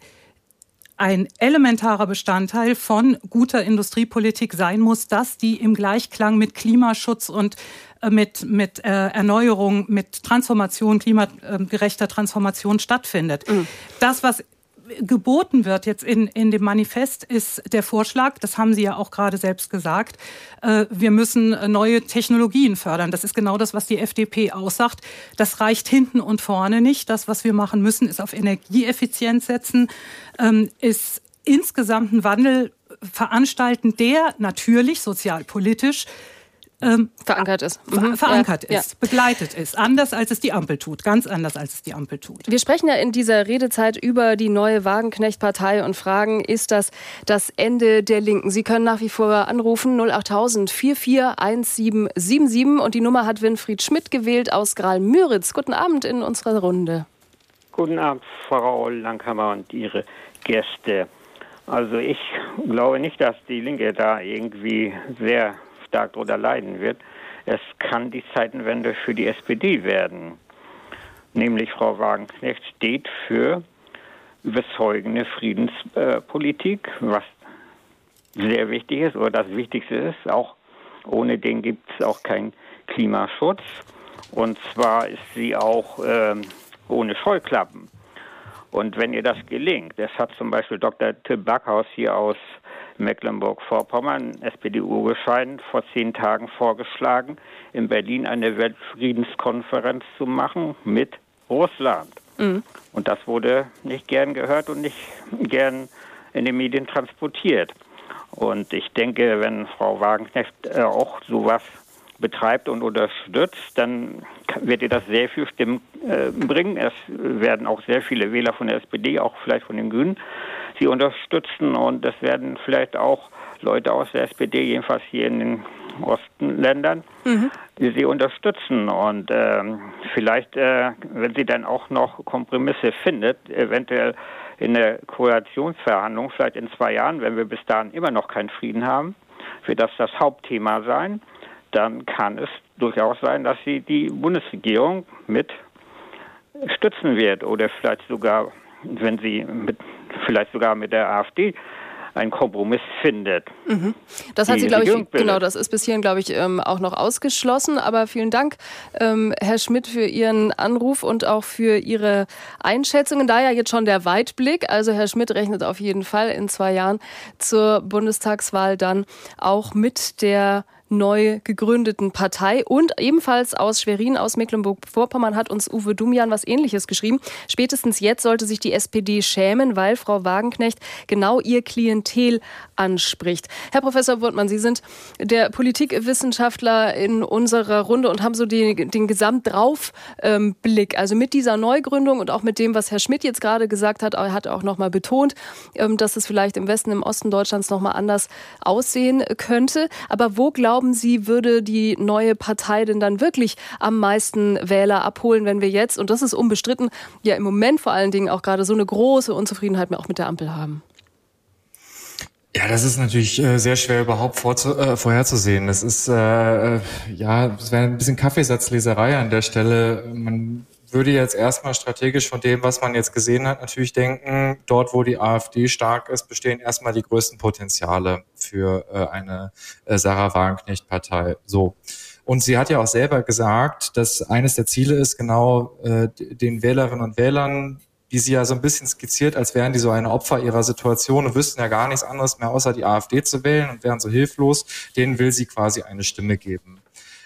ein elementarer Bestandteil von guter Industriepolitik sein muss, dass die im Gleichklang mit Klimaschutz und mit Erneuerung, mit Transformation, klimagerechter Transformation stattfindet. Mhm. Das, was geboten wird jetzt in dem Manifest, ist der Vorschlag, das haben Sie ja auch gerade selbst gesagt, wir müssen neue Technologien fördern. Das ist genau das, was die FDP aussagt. Das reicht hinten und vorne nicht. Das, was wir machen müssen, ist auf Energieeffizienz setzen, ist insgesamt einen Wandel veranstalten, der natürlich sozialpolitisch verankert ist. Begleitet ist. Anders als es die Ampel tut. Ganz anders als es die Ampel tut. Wir sprechen ja in dieser Redezeit über die neue Wagenknecht-Partei und fragen, ist das Ende der Linken? Sie können nach wie vor anrufen 08000 441777 und die Nummer hat Winfried Schmidt gewählt aus Graal-Müritz. Guten Abend in unserer Runde. Guten Abend, Frau Langhammer und Ihre Gäste. Also ich glaube nicht, dass die Linke da irgendwie sehr stark darunter leiden wird. Es kann die Zeitenwende für die SPD werden. Nämlich Frau Wagenknecht steht für überzeugende Friedenspolitik, was sehr wichtig ist oder das Wichtigste ist. Auch ohne den gibt es auch keinen Klimaschutz. Und zwar ist sie auch ohne Scheuklappen. Und wenn ihr das gelingt, das hat zum Beispiel Dr. Tim Backhaus hier aus Mecklenburg-Vorpommern, SPD-Urgestein, vor 10 Tagen vorgeschlagen, in Berlin eine Weltfriedenskonferenz zu machen mit Russland. Mhm. Und das wurde nicht gern gehört und nicht gern in den Medien transportiert. Und ich denke, wenn Frau Wagenknecht auch sowas betreibt und unterstützt, dann wird ihr das sehr viel Stimmen bringen. Es werden auch sehr viele Wähler von der SPD, auch vielleicht von den Grünen, sie unterstützen und es werden vielleicht auch Leute aus der SPD, jedenfalls hier in den Ostenländern, die sie unterstützen. Und vielleicht, wenn sie dann auch noch Kompromisse findet, eventuell in der Koalitionsverhandlung, vielleicht in 2 Jahren, wenn wir bis dahin immer noch keinen Frieden haben, wird das Hauptthema sein. Dann kann es durchaus sein, dass sie die Bundesregierung mit stützen wird oder vielleicht sogar, wenn sie vielleicht sogar mit der AfD einen Kompromiss findet. Mhm. Das hat sie, glaube ich, genau, das ist bis hierhin, glaube ich, auch noch ausgeschlossen. Aber vielen Dank, Herr Schmidt, für Ihren Anruf und auch für Ihre Einschätzungen. Da ja jetzt schon der Weitblick, also Herr Schmidt rechnet auf jeden Fall in 2 Jahren zur Bundestagswahl dann auch mit der neu gegründeten Partei. Und ebenfalls aus Schwerin, aus Mecklenburg-Vorpommern, hat uns Uwe Dumjan was Ähnliches geschrieben. Spätestens jetzt sollte sich die SPD schämen, weil Frau Wagenknecht genau ihr Klientel anspricht. Herr Professor Wurtmann, Sie sind der Politikwissenschaftler in unserer Runde und haben so den Gesamtdraufblick. Also mit dieser Neugründung und auch mit dem, was Herr Schmidt jetzt gerade gesagt hat, er hat auch nochmal betont, dass es vielleicht im Westen, im Osten Deutschlands nochmal anders aussehen könnte. Aber wo glauben Sie, würde die neue Partei denn dann wirklich am meisten Wähler abholen, wenn wir jetzt, und das ist unbestritten, ja im Moment vor allen Dingen auch gerade so eine große Unzufriedenheit auch mit der Ampel haben? Ja, das ist natürlich sehr schwer überhaupt vorherzusehen. Das ist, es wäre ein bisschen Kaffeesatzleserei an der Stelle. Man würde jetzt erstmal strategisch von dem, was man jetzt gesehen hat, natürlich denken, dort, wo die AfD stark ist, bestehen erstmal die größten Potenziale für eine Sarah Wagenknecht-Partei. So. Und sie hat ja auch selber gesagt, dass eines der Ziele ist, genau den Wählerinnen und Wählern, die sie ja so ein bisschen skizziert, als wären die so ein Opfer ihrer Situation und wüssten ja gar nichts anderes mehr, außer die AfD zu wählen und wären so hilflos, denen will sie quasi eine Stimme geben.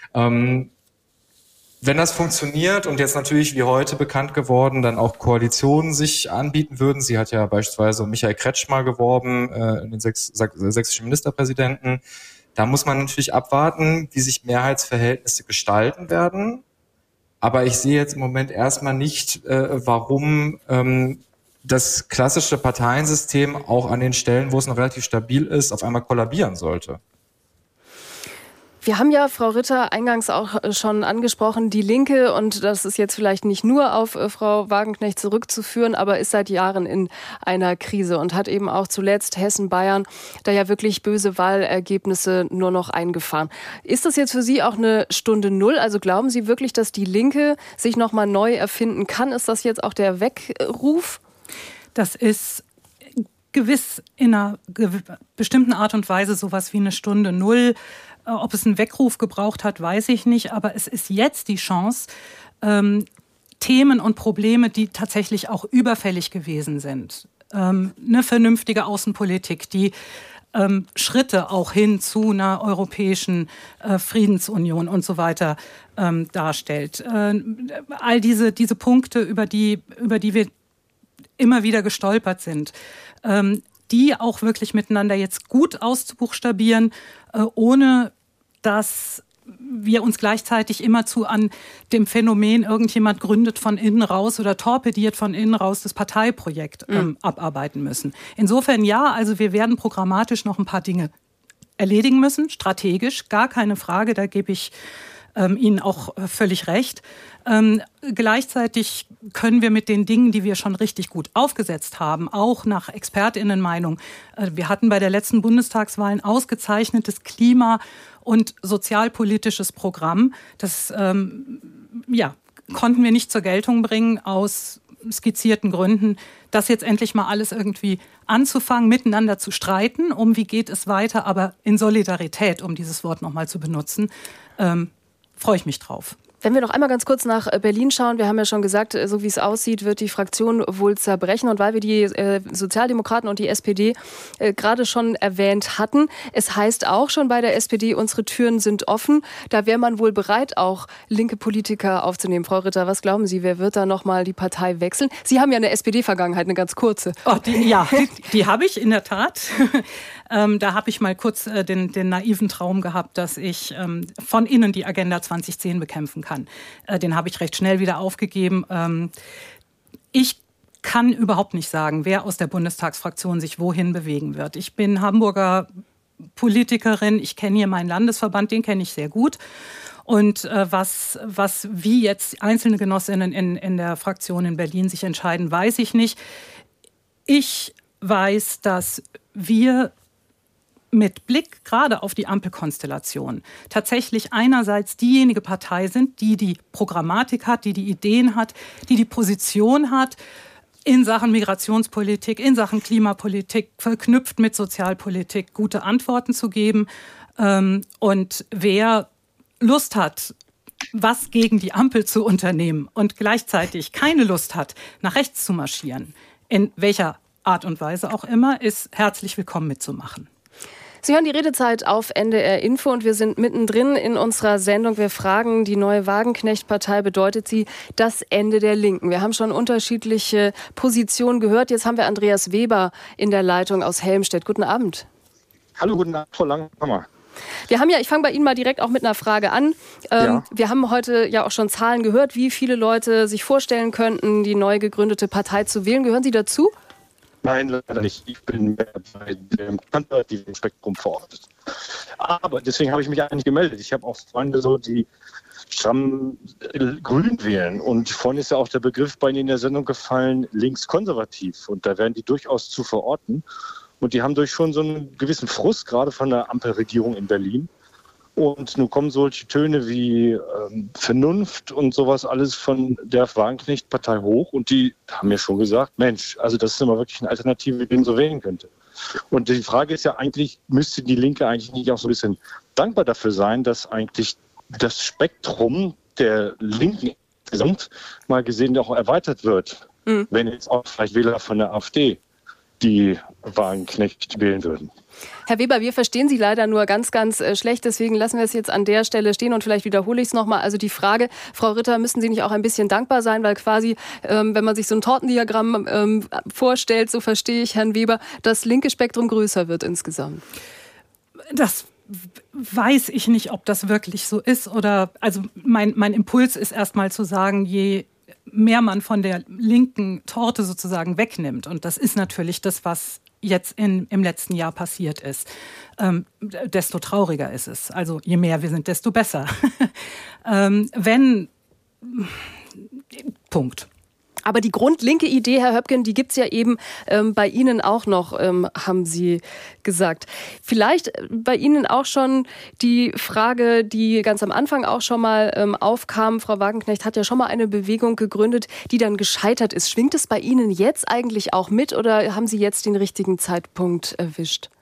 Wenn das funktioniert und jetzt natürlich wie heute bekannt geworden, dann auch Koalitionen sich anbieten würden. Sie hat ja beispielsweise um Michael Kretschmer geworben, den sächsischen Ministerpräsidenten. Da muss man natürlich abwarten, wie sich Mehrheitsverhältnisse gestalten werden. Aber ich sehe jetzt im Moment erstmal nicht, warum das klassische Parteiensystem auch an den Stellen, wo es noch relativ stabil ist, auf einmal kollabieren sollte. Wir haben ja, Frau Ritter, eingangs auch schon angesprochen, die Linke, und das ist jetzt vielleicht nicht nur auf Frau Wagenknecht zurückzuführen, aber ist seit Jahren in einer Krise und hat eben auch zuletzt Hessen, Bayern, da ja wirklich böse Wahlergebnisse nur noch eingefahren. Ist das jetzt für Sie auch eine Stunde Null? Also glauben Sie wirklich, dass die Linke sich nochmal neu erfinden kann? Ist das jetzt auch der Weckruf? Das ist gewiss in einer bestimmten Art und Weise sowas wie eine Stunde Null. Ob es einen Weckruf gebraucht hat, weiß ich nicht. Aber es ist jetzt die Chance, Themen und Probleme, die tatsächlich auch überfällig gewesen sind, eine vernünftige Außenpolitik, die Schritte auch hin zu einer europäischen Friedensunion und so weiter darstellt. All diese Punkte, über die wir immer wieder gestolpert sind, die auch wirklich miteinander jetzt gut auszubuchstabieren, ohne dass wir uns gleichzeitig immerzu an dem Phänomen, irgendjemand gründet von innen raus oder torpediert von innen raus das Parteiprojekt abarbeiten müssen. Insofern ja, also wir werden programmatisch noch ein paar Dinge erledigen müssen, strategisch, gar keine Frage, da gebe ich Ihnen auch völlig recht. Gleichzeitig können wir mit den Dingen, die wir schon richtig gut aufgesetzt haben, auch nach ExpertInnenmeinung, wir hatten bei der letzten Bundestagswahl ein ausgezeichnetes Klima- und sozialpolitisches Programm. Das konnten wir nicht zur Geltung bringen aus skizzierten Gründen, das jetzt endlich mal alles irgendwie anzufangen, miteinander zu streiten, wie geht es weiter, aber in Solidarität, um dieses Wort nochmal zu benutzen, freue ich mich drauf. Wenn wir noch einmal ganz kurz nach Berlin schauen, wir haben ja schon gesagt, so wie es aussieht, wird die Fraktion wohl zerbrechen. Und weil wir die Sozialdemokraten und die SPD gerade schon erwähnt hatten, es heißt auch schon bei der SPD, unsere Türen sind offen. Da wäre man wohl bereit, auch linke Politiker aufzunehmen. Frau Ritter, was glauben Sie, wer wird da nochmal die Partei wechseln? Sie haben ja eine SPD-Vergangenheit, eine ganz kurze. Oh, die habe ich in der Tat. Da habe ich mal kurz den naiven Traum gehabt, dass ich von innen die Agenda 2010 bekämpfen kann. Den habe ich recht schnell wieder aufgegeben. Ich kann überhaupt nicht sagen, wer aus der Bundestagsfraktion sich wohin bewegen wird. Ich bin Hamburger Politikerin, ich kenne hier meinen Landesverband, den kenne ich sehr gut. Und wie jetzt einzelne Genossinnen in der Fraktion in Berlin sich entscheiden, weiß ich nicht. Ich weiß, dass wir mit Blick gerade auf die Ampelkonstellation tatsächlich einerseits diejenige Partei sind, die die Programmatik hat, die die Ideen hat, die die Position hat in Sachen Migrationspolitik, in Sachen Klimapolitik, verknüpft mit Sozialpolitik, gute Antworten zu geben. Und wer Lust hat, was gegen die Ampel zu unternehmen und gleichzeitig keine Lust hat, nach rechts zu marschieren, in welcher Art und Weise auch immer, ist herzlich willkommen mitzumachen. Sie hören die Redezeit auf NDR Info und wir sind mittendrin in unserer Sendung. Wir fragen, die neue Wagenknecht-Partei, bedeutet sie das Ende der Linken? Wir haben schon unterschiedliche Positionen gehört. Jetzt haben wir Andreas Weber in der Leitung aus Helmstedt. Guten Abend. Hallo, guten Abend, Frau Langhammer. Wir haben ja, ich fange bei Ihnen mal direkt auch mit einer Frage an. Wir haben heute ja auch schon Zahlen gehört, wie viele Leute sich vorstellen könnten, die neu gegründete Partei zu wählen. Gehören Sie dazu? Nein, leider nicht. Ich bin mehr bei dem konservativen Spektrum verortet. Aber deswegen habe ich mich eigentlich gemeldet. Ich habe auch Freunde, die stramm grün wählen. Und vorhin ist ja auch der Begriff bei Ihnen in der Sendung gefallen, linkskonservativ. Und da werden die durchaus zu verorten. Und die haben durch schon so einen gewissen Frust, gerade von der Ampelregierung in Berlin. Und nun kommen solche Töne wie Vernunft und sowas alles von der Wagenknecht-Partei hoch. Und die haben mir schon gesagt, Mensch, also das ist immer wirklich eine Alternative, die man so wählen könnte. Und die Frage ist ja eigentlich, müsste die Linke eigentlich nicht auch so ein bisschen dankbar dafür sein, dass eigentlich das Spektrum der Linken insgesamt mal gesehen auch erweitert wird, wenn jetzt auch vielleicht Wähler von der AfD die Wagenknecht wählen würden. Herr Weber, wir verstehen Sie leider nur ganz, ganz schlecht. Deswegen lassen wir es jetzt an der Stelle stehen und vielleicht wiederhole ich es nochmal. Also die Frage, Frau Ritter, müssen Sie nicht auch ein bisschen dankbar sein, weil quasi, wenn man sich so ein Tortendiagramm vorstellt, so verstehe ich Herrn Weber, das linke Spektrum größer wird insgesamt. Das weiß ich nicht, ob das wirklich so ist. Oder also mein Impuls ist erstmal zu sagen, je mehr man von der linken Torte sozusagen wegnimmt, und das ist natürlich das, was jetzt im letzten Jahr passiert ist, desto trauriger ist es. Also je mehr wir sind, desto besser. Punkt. Aber die grundlinke Idee, Herr Höpken, die gibt's ja eben bei Ihnen auch noch, haben Sie gesagt. Vielleicht bei Ihnen auch schon die Frage, die ganz am Anfang auch schon mal aufkam. Frau Wagenknecht hat ja schon mal eine Bewegung gegründet, die dann gescheitert ist. Schwingt es bei Ihnen jetzt eigentlich auch mit oder haben Sie jetzt den richtigen Zeitpunkt erwischt?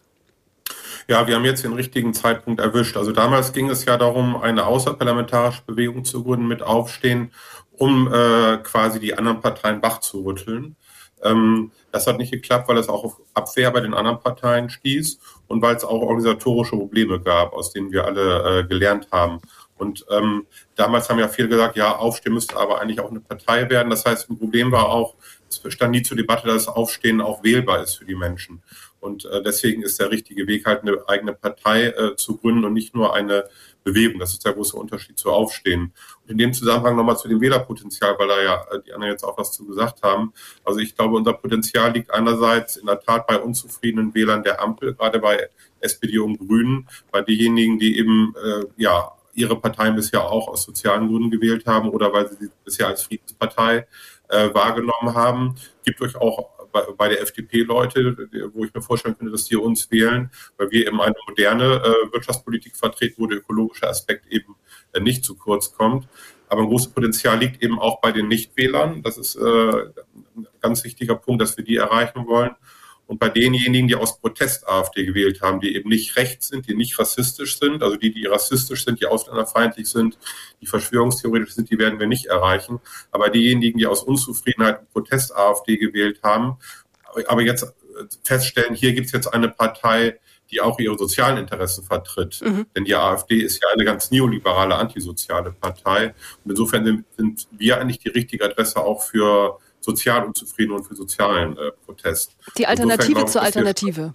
Ja, wir haben jetzt den richtigen Zeitpunkt erwischt. Also damals ging es ja darum, eine außerparlamentarische Bewegung zu gründen mit Aufstehen, um quasi die anderen Parteien wachzurütteln. Das hat nicht geklappt, weil es auch auf Abwehr bei den anderen Parteien stieß und weil es auch organisatorische Probleme gab, aus denen wir alle gelernt haben. Und damals haben ja viele gesagt, ja, Aufstehen müsste aber eigentlich auch eine Partei werden. Das heißt, ein Problem war auch, es stand nie zur Debatte, dass Aufstehen auch wählbar ist für die Menschen. Und deswegen ist der richtige Weg halt eine eigene Partei zu gründen und nicht nur eine Bewegung. Das ist der große Unterschied zu Aufstehen. Und in dem Zusammenhang nochmal zu dem Wählerpotenzial, weil da ja die anderen jetzt auch was zu gesagt haben. Also ich glaube, unser Potenzial liegt einerseits in der Tat bei unzufriedenen Wählern der Ampel, gerade bei SPD und Grünen, bei denjenigen, die eben ihre Parteien bisher auch aus sozialen Gründen gewählt haben oder weil sie bisher als Friedenspartei wahrgenommen haben. Gibt euch auch bei der FDP Leute, wo ich mir vorstellen könnte, dass die uns wählen, weil wir eben eine moderne Wirtschaftspolitik vertreten, wo der ökologische Aspekt eben nicht zu kurz kommt. Aber ein großes Potenzial liegt eben auch bei den Nichtwählern. Das ist ein ganz wichtiger Punkt, dass wir die erreichen wollen. Und bei denjenigen, die aus Protest AfD gewählt haben, die eben nicht rechts sind, die nicht rassistisch sind, also die rassistisch sind, die ausländerfeindlich sind, die verschwörungstheoretisch sind, die werden wir nicht erreichen. Aber diejenigen, die aus Unzufriedenheit und Protest AfD gewählt haben, aber jetzt feststellen, hier gibt es jetzt eine Partei, die auch ihre sozialen Interessen vertritt. Denn die AfD ist ja eine ganz neoliberale, antisoziale Partei. Und insofern sind wir eigentlich die richtige Adresse auch für sozial unzufrieden und für sozialen Protest. Die Alternative zur Alternative.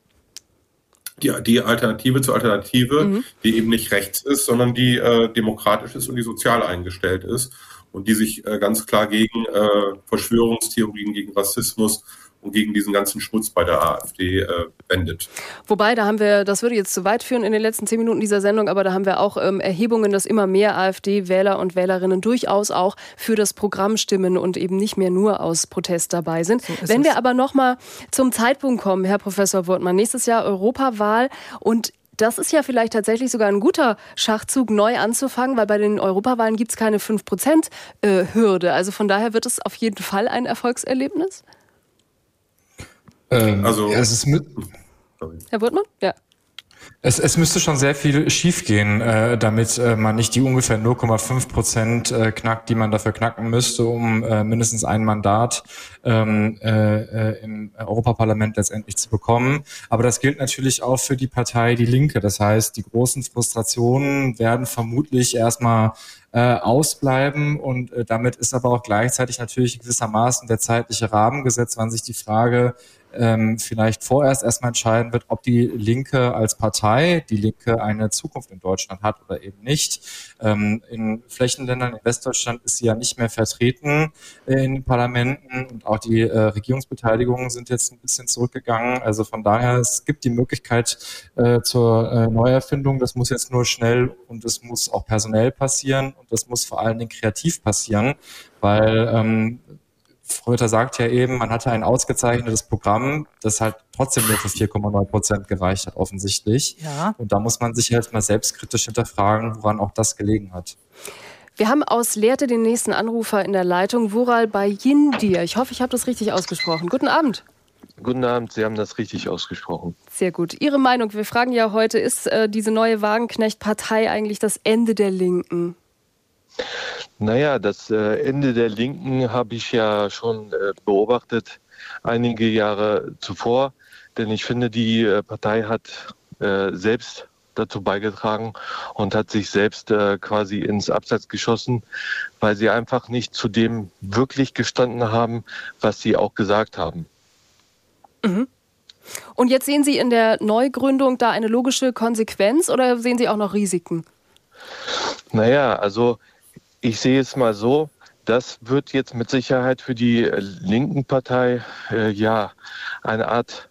Die Alternative zur Alternative, die eben nicht rechts ist, sondern die demokratisch ist und die sozial eingestellt ist und die sich ganz klar gegen Verschwörungstheorien, gegen Rassismus und gegen diesen ganzen Schmutz bei der AfD wendet. Wobei, da haben wir, das würde jetzt zu weit führen in den letzten 10 Minuten dieser Sendung, aber da haben wir auch Erhebungen, dass immer mehr AfD-Wähler und Wählerinnen durchaus auch für das Programm stimmen und eben nicht mehr nur aus Protest dabei sind. So Wenn wir aber nochmal zum Zeitpunkt kommen, Herr Professor Wurtmann, nächstes Jahr Europawahl und das ist ja vielleicht tatsächlich sogar ein guter Schachzug, neu anzufangen, weil bei den Europawahlen gibt es keine 5%-Hürde. Also von daher wird es auf jeden Fall ein Erfolgserlebnis? Es ist Herr Wurtmann? Ja. Es müsste schon sehr viel schiefgehen, damit man nicht die ungefähr 0,5% knackt, die man dafür knacken müsste, um mindestens ein Mandat im Europaparlament letztendlich zu bekommen. Aber das gilt natürlich auch für die Partei Die Linke. Das heißt, die großen Frustrationen werden vermutlich erstmal ausbleiben und damit ist aber auch gleichzeitig natürlich gewissermaßen der zeitliche Rahmen gesetzt, wann sich die Frage vielleicht vorerst erstmal entscheiden wird, ob die Linke als Partei, die Linke eine Zukunft in Deutschland hat oder eben nicht. In Flächenländern in Westdeutschland ist sie ja nicht mehr vertreten in den Parlamenten und auch die Regierungsbeteiligungen sind jetzt ein bisschen zurückgegangen. Also von daher, es gibt die Möglichkeit zur Neuerfindung. Das muss jetzt nur schnell und es muss auch personell passieren und das muss vor allen Dingen kreativ passieren, weil Frau Ritter sagt ja eben, man hatte ein ausgezeichnetes Programm, das halt trotzdem nur für 4,9% gereicht hat, offensichtlich. Ja. Und da muss man sich halt mal selbstkritisch hinterfragen, woran auch das gelegen hat. Wir haben aus Lehrte den nächsten Anrufer in der Leitung, Vural Bayindir. Ich hoffe, ich habe das richtig ausgesprochen. Guten Abend. Guten Abend, Sie haben das richtig ausgesprochen. Sehr gut. Ihre Meinung, wir fragen ja heute, ist diese neue Wagenknecht-Partei eigentlich das Ende der Linken? Naja, das Ende der Linken habe ich ja schon beobachtet, einige Jahre zuvor. Denn ich finde, die Partei hat selbst dazu beigetragen und hat sich selbst quasi ins Abseits geschossen, weil sie einfach nicht zu dem wirklich gestanden haben, was sie auch gesagt haben. Mhm. Und jetzt sehen Sie in der Neugründung da eine logische Konsequenz oder sehen Sie auch noch Risiken? Naja, also ich sehe es mal so, das wird jetzt mit Sicherheit für die linken Partei eine Art,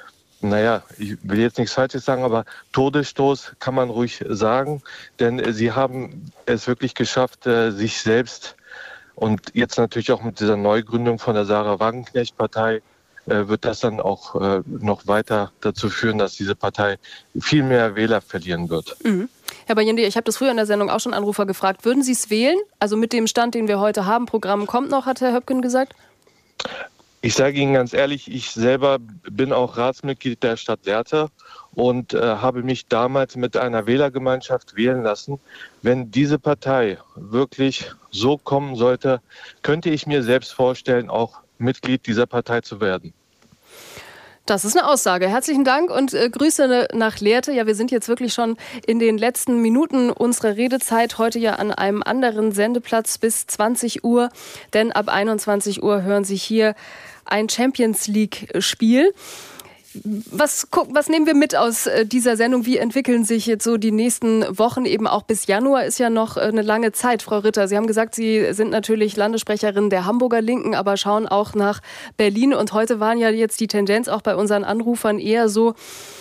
ich will jetzt nichts Falsches sagen, aber Todesstoß kann man ruhig sagen, denn sie haben es wirklich geschafft, sich selbst und jetzt natürlich auch mit dieser Neugründung von der Sarah Wagenknecht-Partei wird das dann auch noch weiter dazu führen, dass diese Partei viel mehr Wähler verlieren wird. Mhm. Herr Bayindir, ich habe das früher in der Sendung auch schon Anrufer gefragt. Würden Sie es wählen? Also mit dem Stand, den wir heute haben, Programm kommt noch, hat Herr Höpken gesagt? Ich sage Ihnen ganz ehrlich, ich selber bin auch Ratsmitglied der Stadt Lehrte und habe mich damals mit einer Wählergemeinschaft wählen lassen. Wenn diese Partei wirklich so kommen sollte, könnte ich mir selbst vorstellen, auch Mitglied dieser Partei zu werden. Das ist eine Aussage. Herzlichen Dank und Grüße nach Lehrte. Ja, wir sind jetzt wirklich schon in den letzten Minuten unserer Redezeit. Heute ja an einem anderen Sendeplatz bis 20 Uhr. Denn ab 21 Uhr hören Sie hier ein Champions-League-Spiel. Was nehmen wir mit aus dieser Sendung? Wie entwickeln sich jetzt so die nächsten Wochen? Eben auch bis Januar ist ja noch eine lange Zeit, Frau Ritter. Sie haben gesagt, Sie sind natürlich Landessprecherin der Hamburger Linken, aber schauen auch nach Berlin. Und heute waren ja jetzt die Tendenz auch bei unseren Anrufern eher so,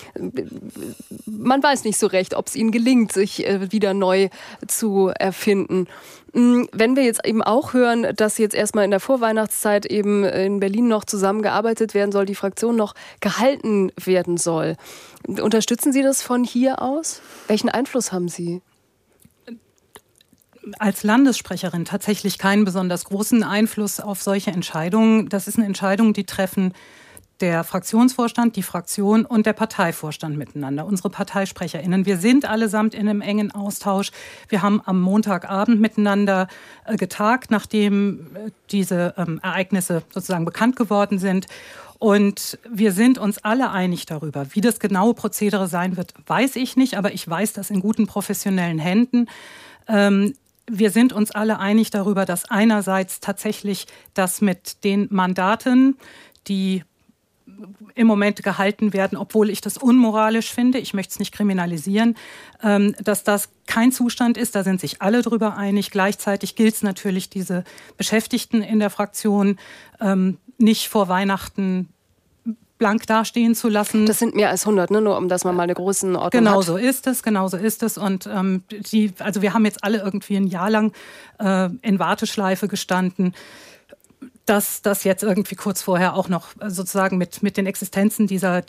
man weiß nicht so recht, ob es ihnen gelingt, sich wieder neu zu erfinden. Wenn wir jetzt eben auch hören, dass jetzt erstmal in der Vorweihnachtszeit eben in Berlin noch zusammengearbeitet werden soll, die Fraktion noch gehalten werden soll. Unterstützen Sie das von hier aus? Welchen Einfluss haben Sie? Als Landessprecherin tatsächlich keinen besonders großen Einfluss auf solche Entscheidungen. Das ist eine Entscheidung, die treffen der Fraktionsvorstand, die Fraktion und der Parteivorstand miteinander, unsere ParteisprecherInnen. Wir sind allesamt in einem engen Austausch. Wir haben am Montagabend miteinander getagt, nachdem diese Ereignisse sozusagen bekannt geworden sind. Und wir sind uns alle einig darüber. Wie das genaue Prozedere sein wird, weiß ich nicht, aber ich weiß das in guten professionellen Händen. Wir sind uns alle einig darüber, dass einerseits tatsächlich das mit den Mandaten, die im Moment gehalten werden, obwohl ich das unmoralisch finde, ich möchte es nicht kriminalisieren, dass das kein Zustand ist, da sind sich alle drüber einig. Gleichzeitig gilt es natürlich, diese Beschäftigten in der Fraktion nicht vor Weihnachten blank dastehen zu lassen. Das sind mehr als 100, ne? Nur um das mal eine große Ordnung genau hat. So ist es. Und wir haben jetzt alle irgendwie ein Jahr lang in Warteschleife gestanden, dass das jetzt irgendwie kurz vorher auch noch sozusagen mit den Existenzen dieser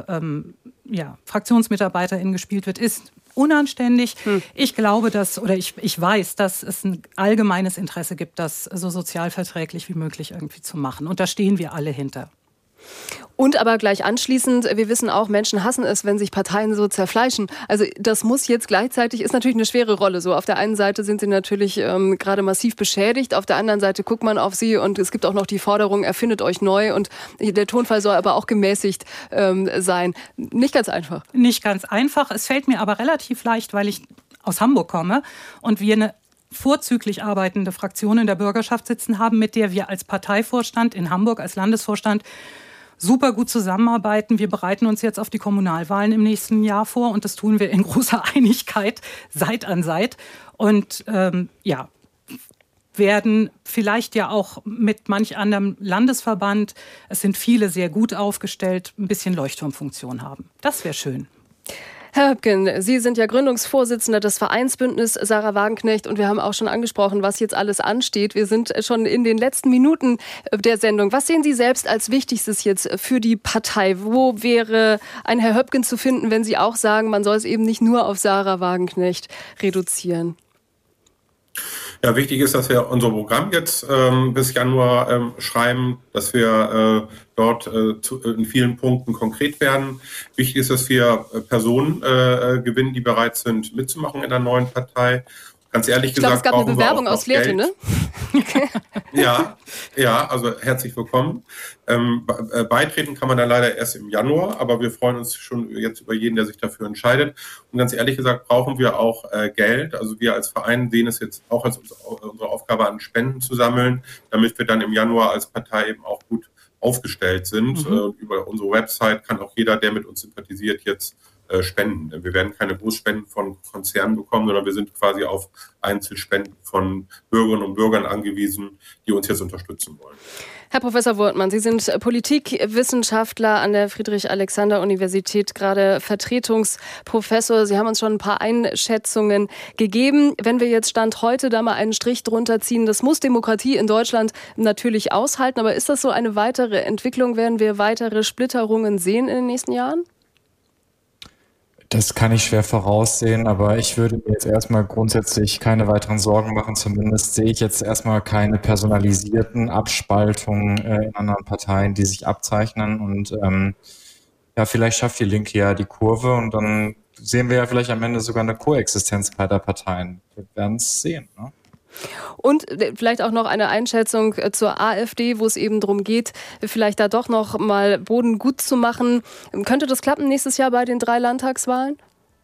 FraktionsmitarbeiterInnen gespielt wird, ist unanständig. Ich glaube, ich weiß, dass es ein allgemeines Interesse gibt, das so sozialverträglich wie möglich irgendwie zu machen. Und da stehen wir alle hinter. Und aber gleich anschließend, wir wissen auch, Menschen hassen es, wenn sich Parteien so zerfleischen. Also das muss jetzt gleichzeitig, ist natürlich eine schwere Rolle. So auf der einen Seite sind sie natürlich gerade massiv beschädigt, auf der anderen Seite guckt man auf sie und es gibt auch noch die Forderung, erfindet euch neu und der Tonfall soll aber auch gemäßigt sein. Nicht ganz einfach. Nicht ganz einfach. Es fällt mir aber relativ leicht, weil ich aus Hamburg komme und wir eine vorzüglich arbeitende Fraktion in der Bürgerschaft sitzen haben, mit der wir als Parteivorstand in Hamburg, als Landesvorstand super gut zusammenarbeiten. Wir bereiten uns jetzt auf die Kommunalwahlen im nächsten Jahr vor und das tun wir in großer Einigkeit Seit an Seit. Und werden vielleicht ja auch mit manch anderem Landesverband, es sind viele sehr gut aufgestellt, ein bisschen Leuchtturmfunktion haben. Das wäre schön. Herr Höpken, Sie sind ja Gründungsvorsitzender des Vereinsbündnis Sarah Wagenknecht und wir haben auch schon angesprochen, was jetzt alles ansteht. Wir sind schon in den letzten Minuten der Sendung. Was sehen Sie selbst als Wichtigstes jetzt für die Partei? Wo wäre ein Herr Höpken zu finden, wenn Sie auch sagen, man soll es eben nicht nur auf Sarah Wagenknecht reduzieren? Ja, wichtig ist, dass wir unser Programm jetzt bis Januar schreiben, dass wir dort in vielen Punkten konkret werden. Wichtig ist, dass wir Personen gewinnen, die bereit sind, mitzumachen in der neuen Partei. Ganz ehrlich gesagt, es gab eine Bewerbung aus Lehrte, ne? Ja, also herzlich willkommen. Beitreten kann man dann leider erst im Januar, aber wir freuen uns schon jetzt über jeden, der sich dafür entscheidet. Und ganz ehrlich gesagt brauchen wir auch Geld. Also wir als Verein sehen es jetzt auch als unsere Aufgabe an, Spenden zu sammeln, damit wir dann im Januar als Partei eben auch gut aufgestellt sind. Über unsere Website kann auch jeder, der mit uns sympathisiert, jetzt spenden. Wir werden keine Großspenden von Konzernen bekommen, sondern wir sind quasi auf Einzelspenden von Bürgerinnen und Bürgern angewiesen, die uns jetzt unterstützen wollen. Herr Professor Wortmann, Sie sind Politikwissenschaftler an der Friedrich-Alexander-Universität, gerade Vertretungsprofessor. Sie haben uns schon ein paar Einschätzungen gegeben. Wenn wir jetzt Stand heute da mal einen Strich drunter ziehen, das muss Demokratie in Deutschland natürlich aushalten. Aber ist das so eine weitere Entwicklung? Werden wir weitere Splitterungen sehen in den nächsten Jahren? Das kann ich schwer voraussehen, aber ich würde mir jetzt erstmal grundsätzlich keine weiteren Sorgen machen. Zumindest sehe ich jetzt erstmal keine personalisierten Abspaltungen in anderen Parteien, die sich abzeichnen. Und vielleicht schafft die Linke ja die Kurve und dann sehen wir ja vielleicht am Ende sogar eine Koexistenz beider Parteien. Wir werden es sehen, ne? Und vielleicht auch noch eine Einschätzung zur AfD, wo es eben darum geht, vielleicht da doch noch mal Boden gut zu machen. Könnte das klappen nächstes Jahr bei den 3 Landtagswahlen?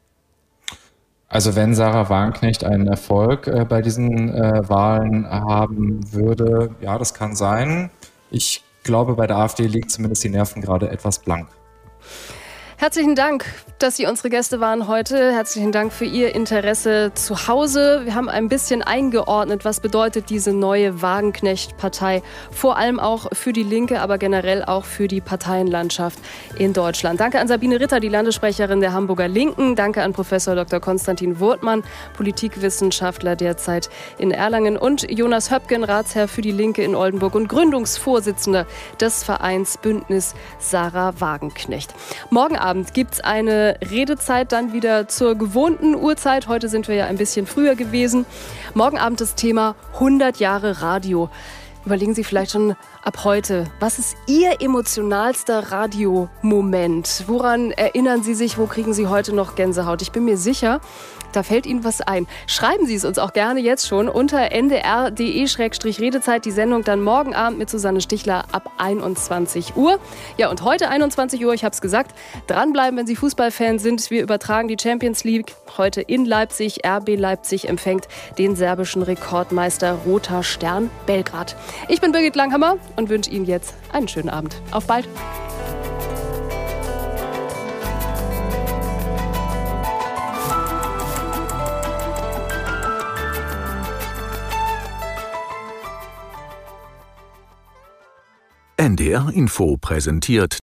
Also wenn Sarah Wagenknecht einen Erfolg bei diesen Wahlen haben würde, ja, das kann sein. Ich glaube, bei der AfD liegen zumindest die Nerven gerade etwas blank. Herzlichen Dank, dass Sie unsere Gäste waren heute. Herzlichen Dank für Ihr Interesse zu Hause. Wir haben ein bisschen eingeordnet, was bedeutet diese neue Wagenknecht-Partei. Vor allem auch für die Linke, aber generell auch für die Parteienlandschaft in Deutschland. Danke an Sabine Ritter, die Landessprecherin der Hamburger Linken. Danke an Professor Dr. Konstantin Wortmann, Politikwissenschaftler derzeit in Erlangen. Und Jonas Höpken, Ratsherr für die Linke in Oldenburg und Gründungsvorsitzender des Vereins Bündnis Sarah Wagenknecht. Morgen Abend gibt es eine Redezeit dann wieder zur gewohnten Uhrzeit. Heute sind wir ja ein bisschen früher gewesen. Morgen Abend das Thema 100 Jahre Radio. Überlegen Sie vielleicht schon ab heute, was ist Ihr emotionalster Radiomoment? Woran erinnern Sie sich? Wo kriegen Sie heute noch Gänsehaut? Ich bin mir sicher, da fällt Ihnen was ein. Schreiben Sie es uns auch gerne jetzt schon unter ndr.de/Redezeit. Die Sendung dann morgen Abend mit Susanne Stichler ab 21 Uhr. Ja, und heute 21 Uhr, ich habe es gesagt, dranbleiben, wenn Sie Fußballfan sind. Wir übertragen die Champions League heute in Leipzig. RB Leipzig empfängt den serbischen Rekordmeister Roter Stern Belgrad. Ich bin Birgit Langhammer und wünsche Ihnen jetzt einen schönen Abend. Auf bald! NDR Info präsentiert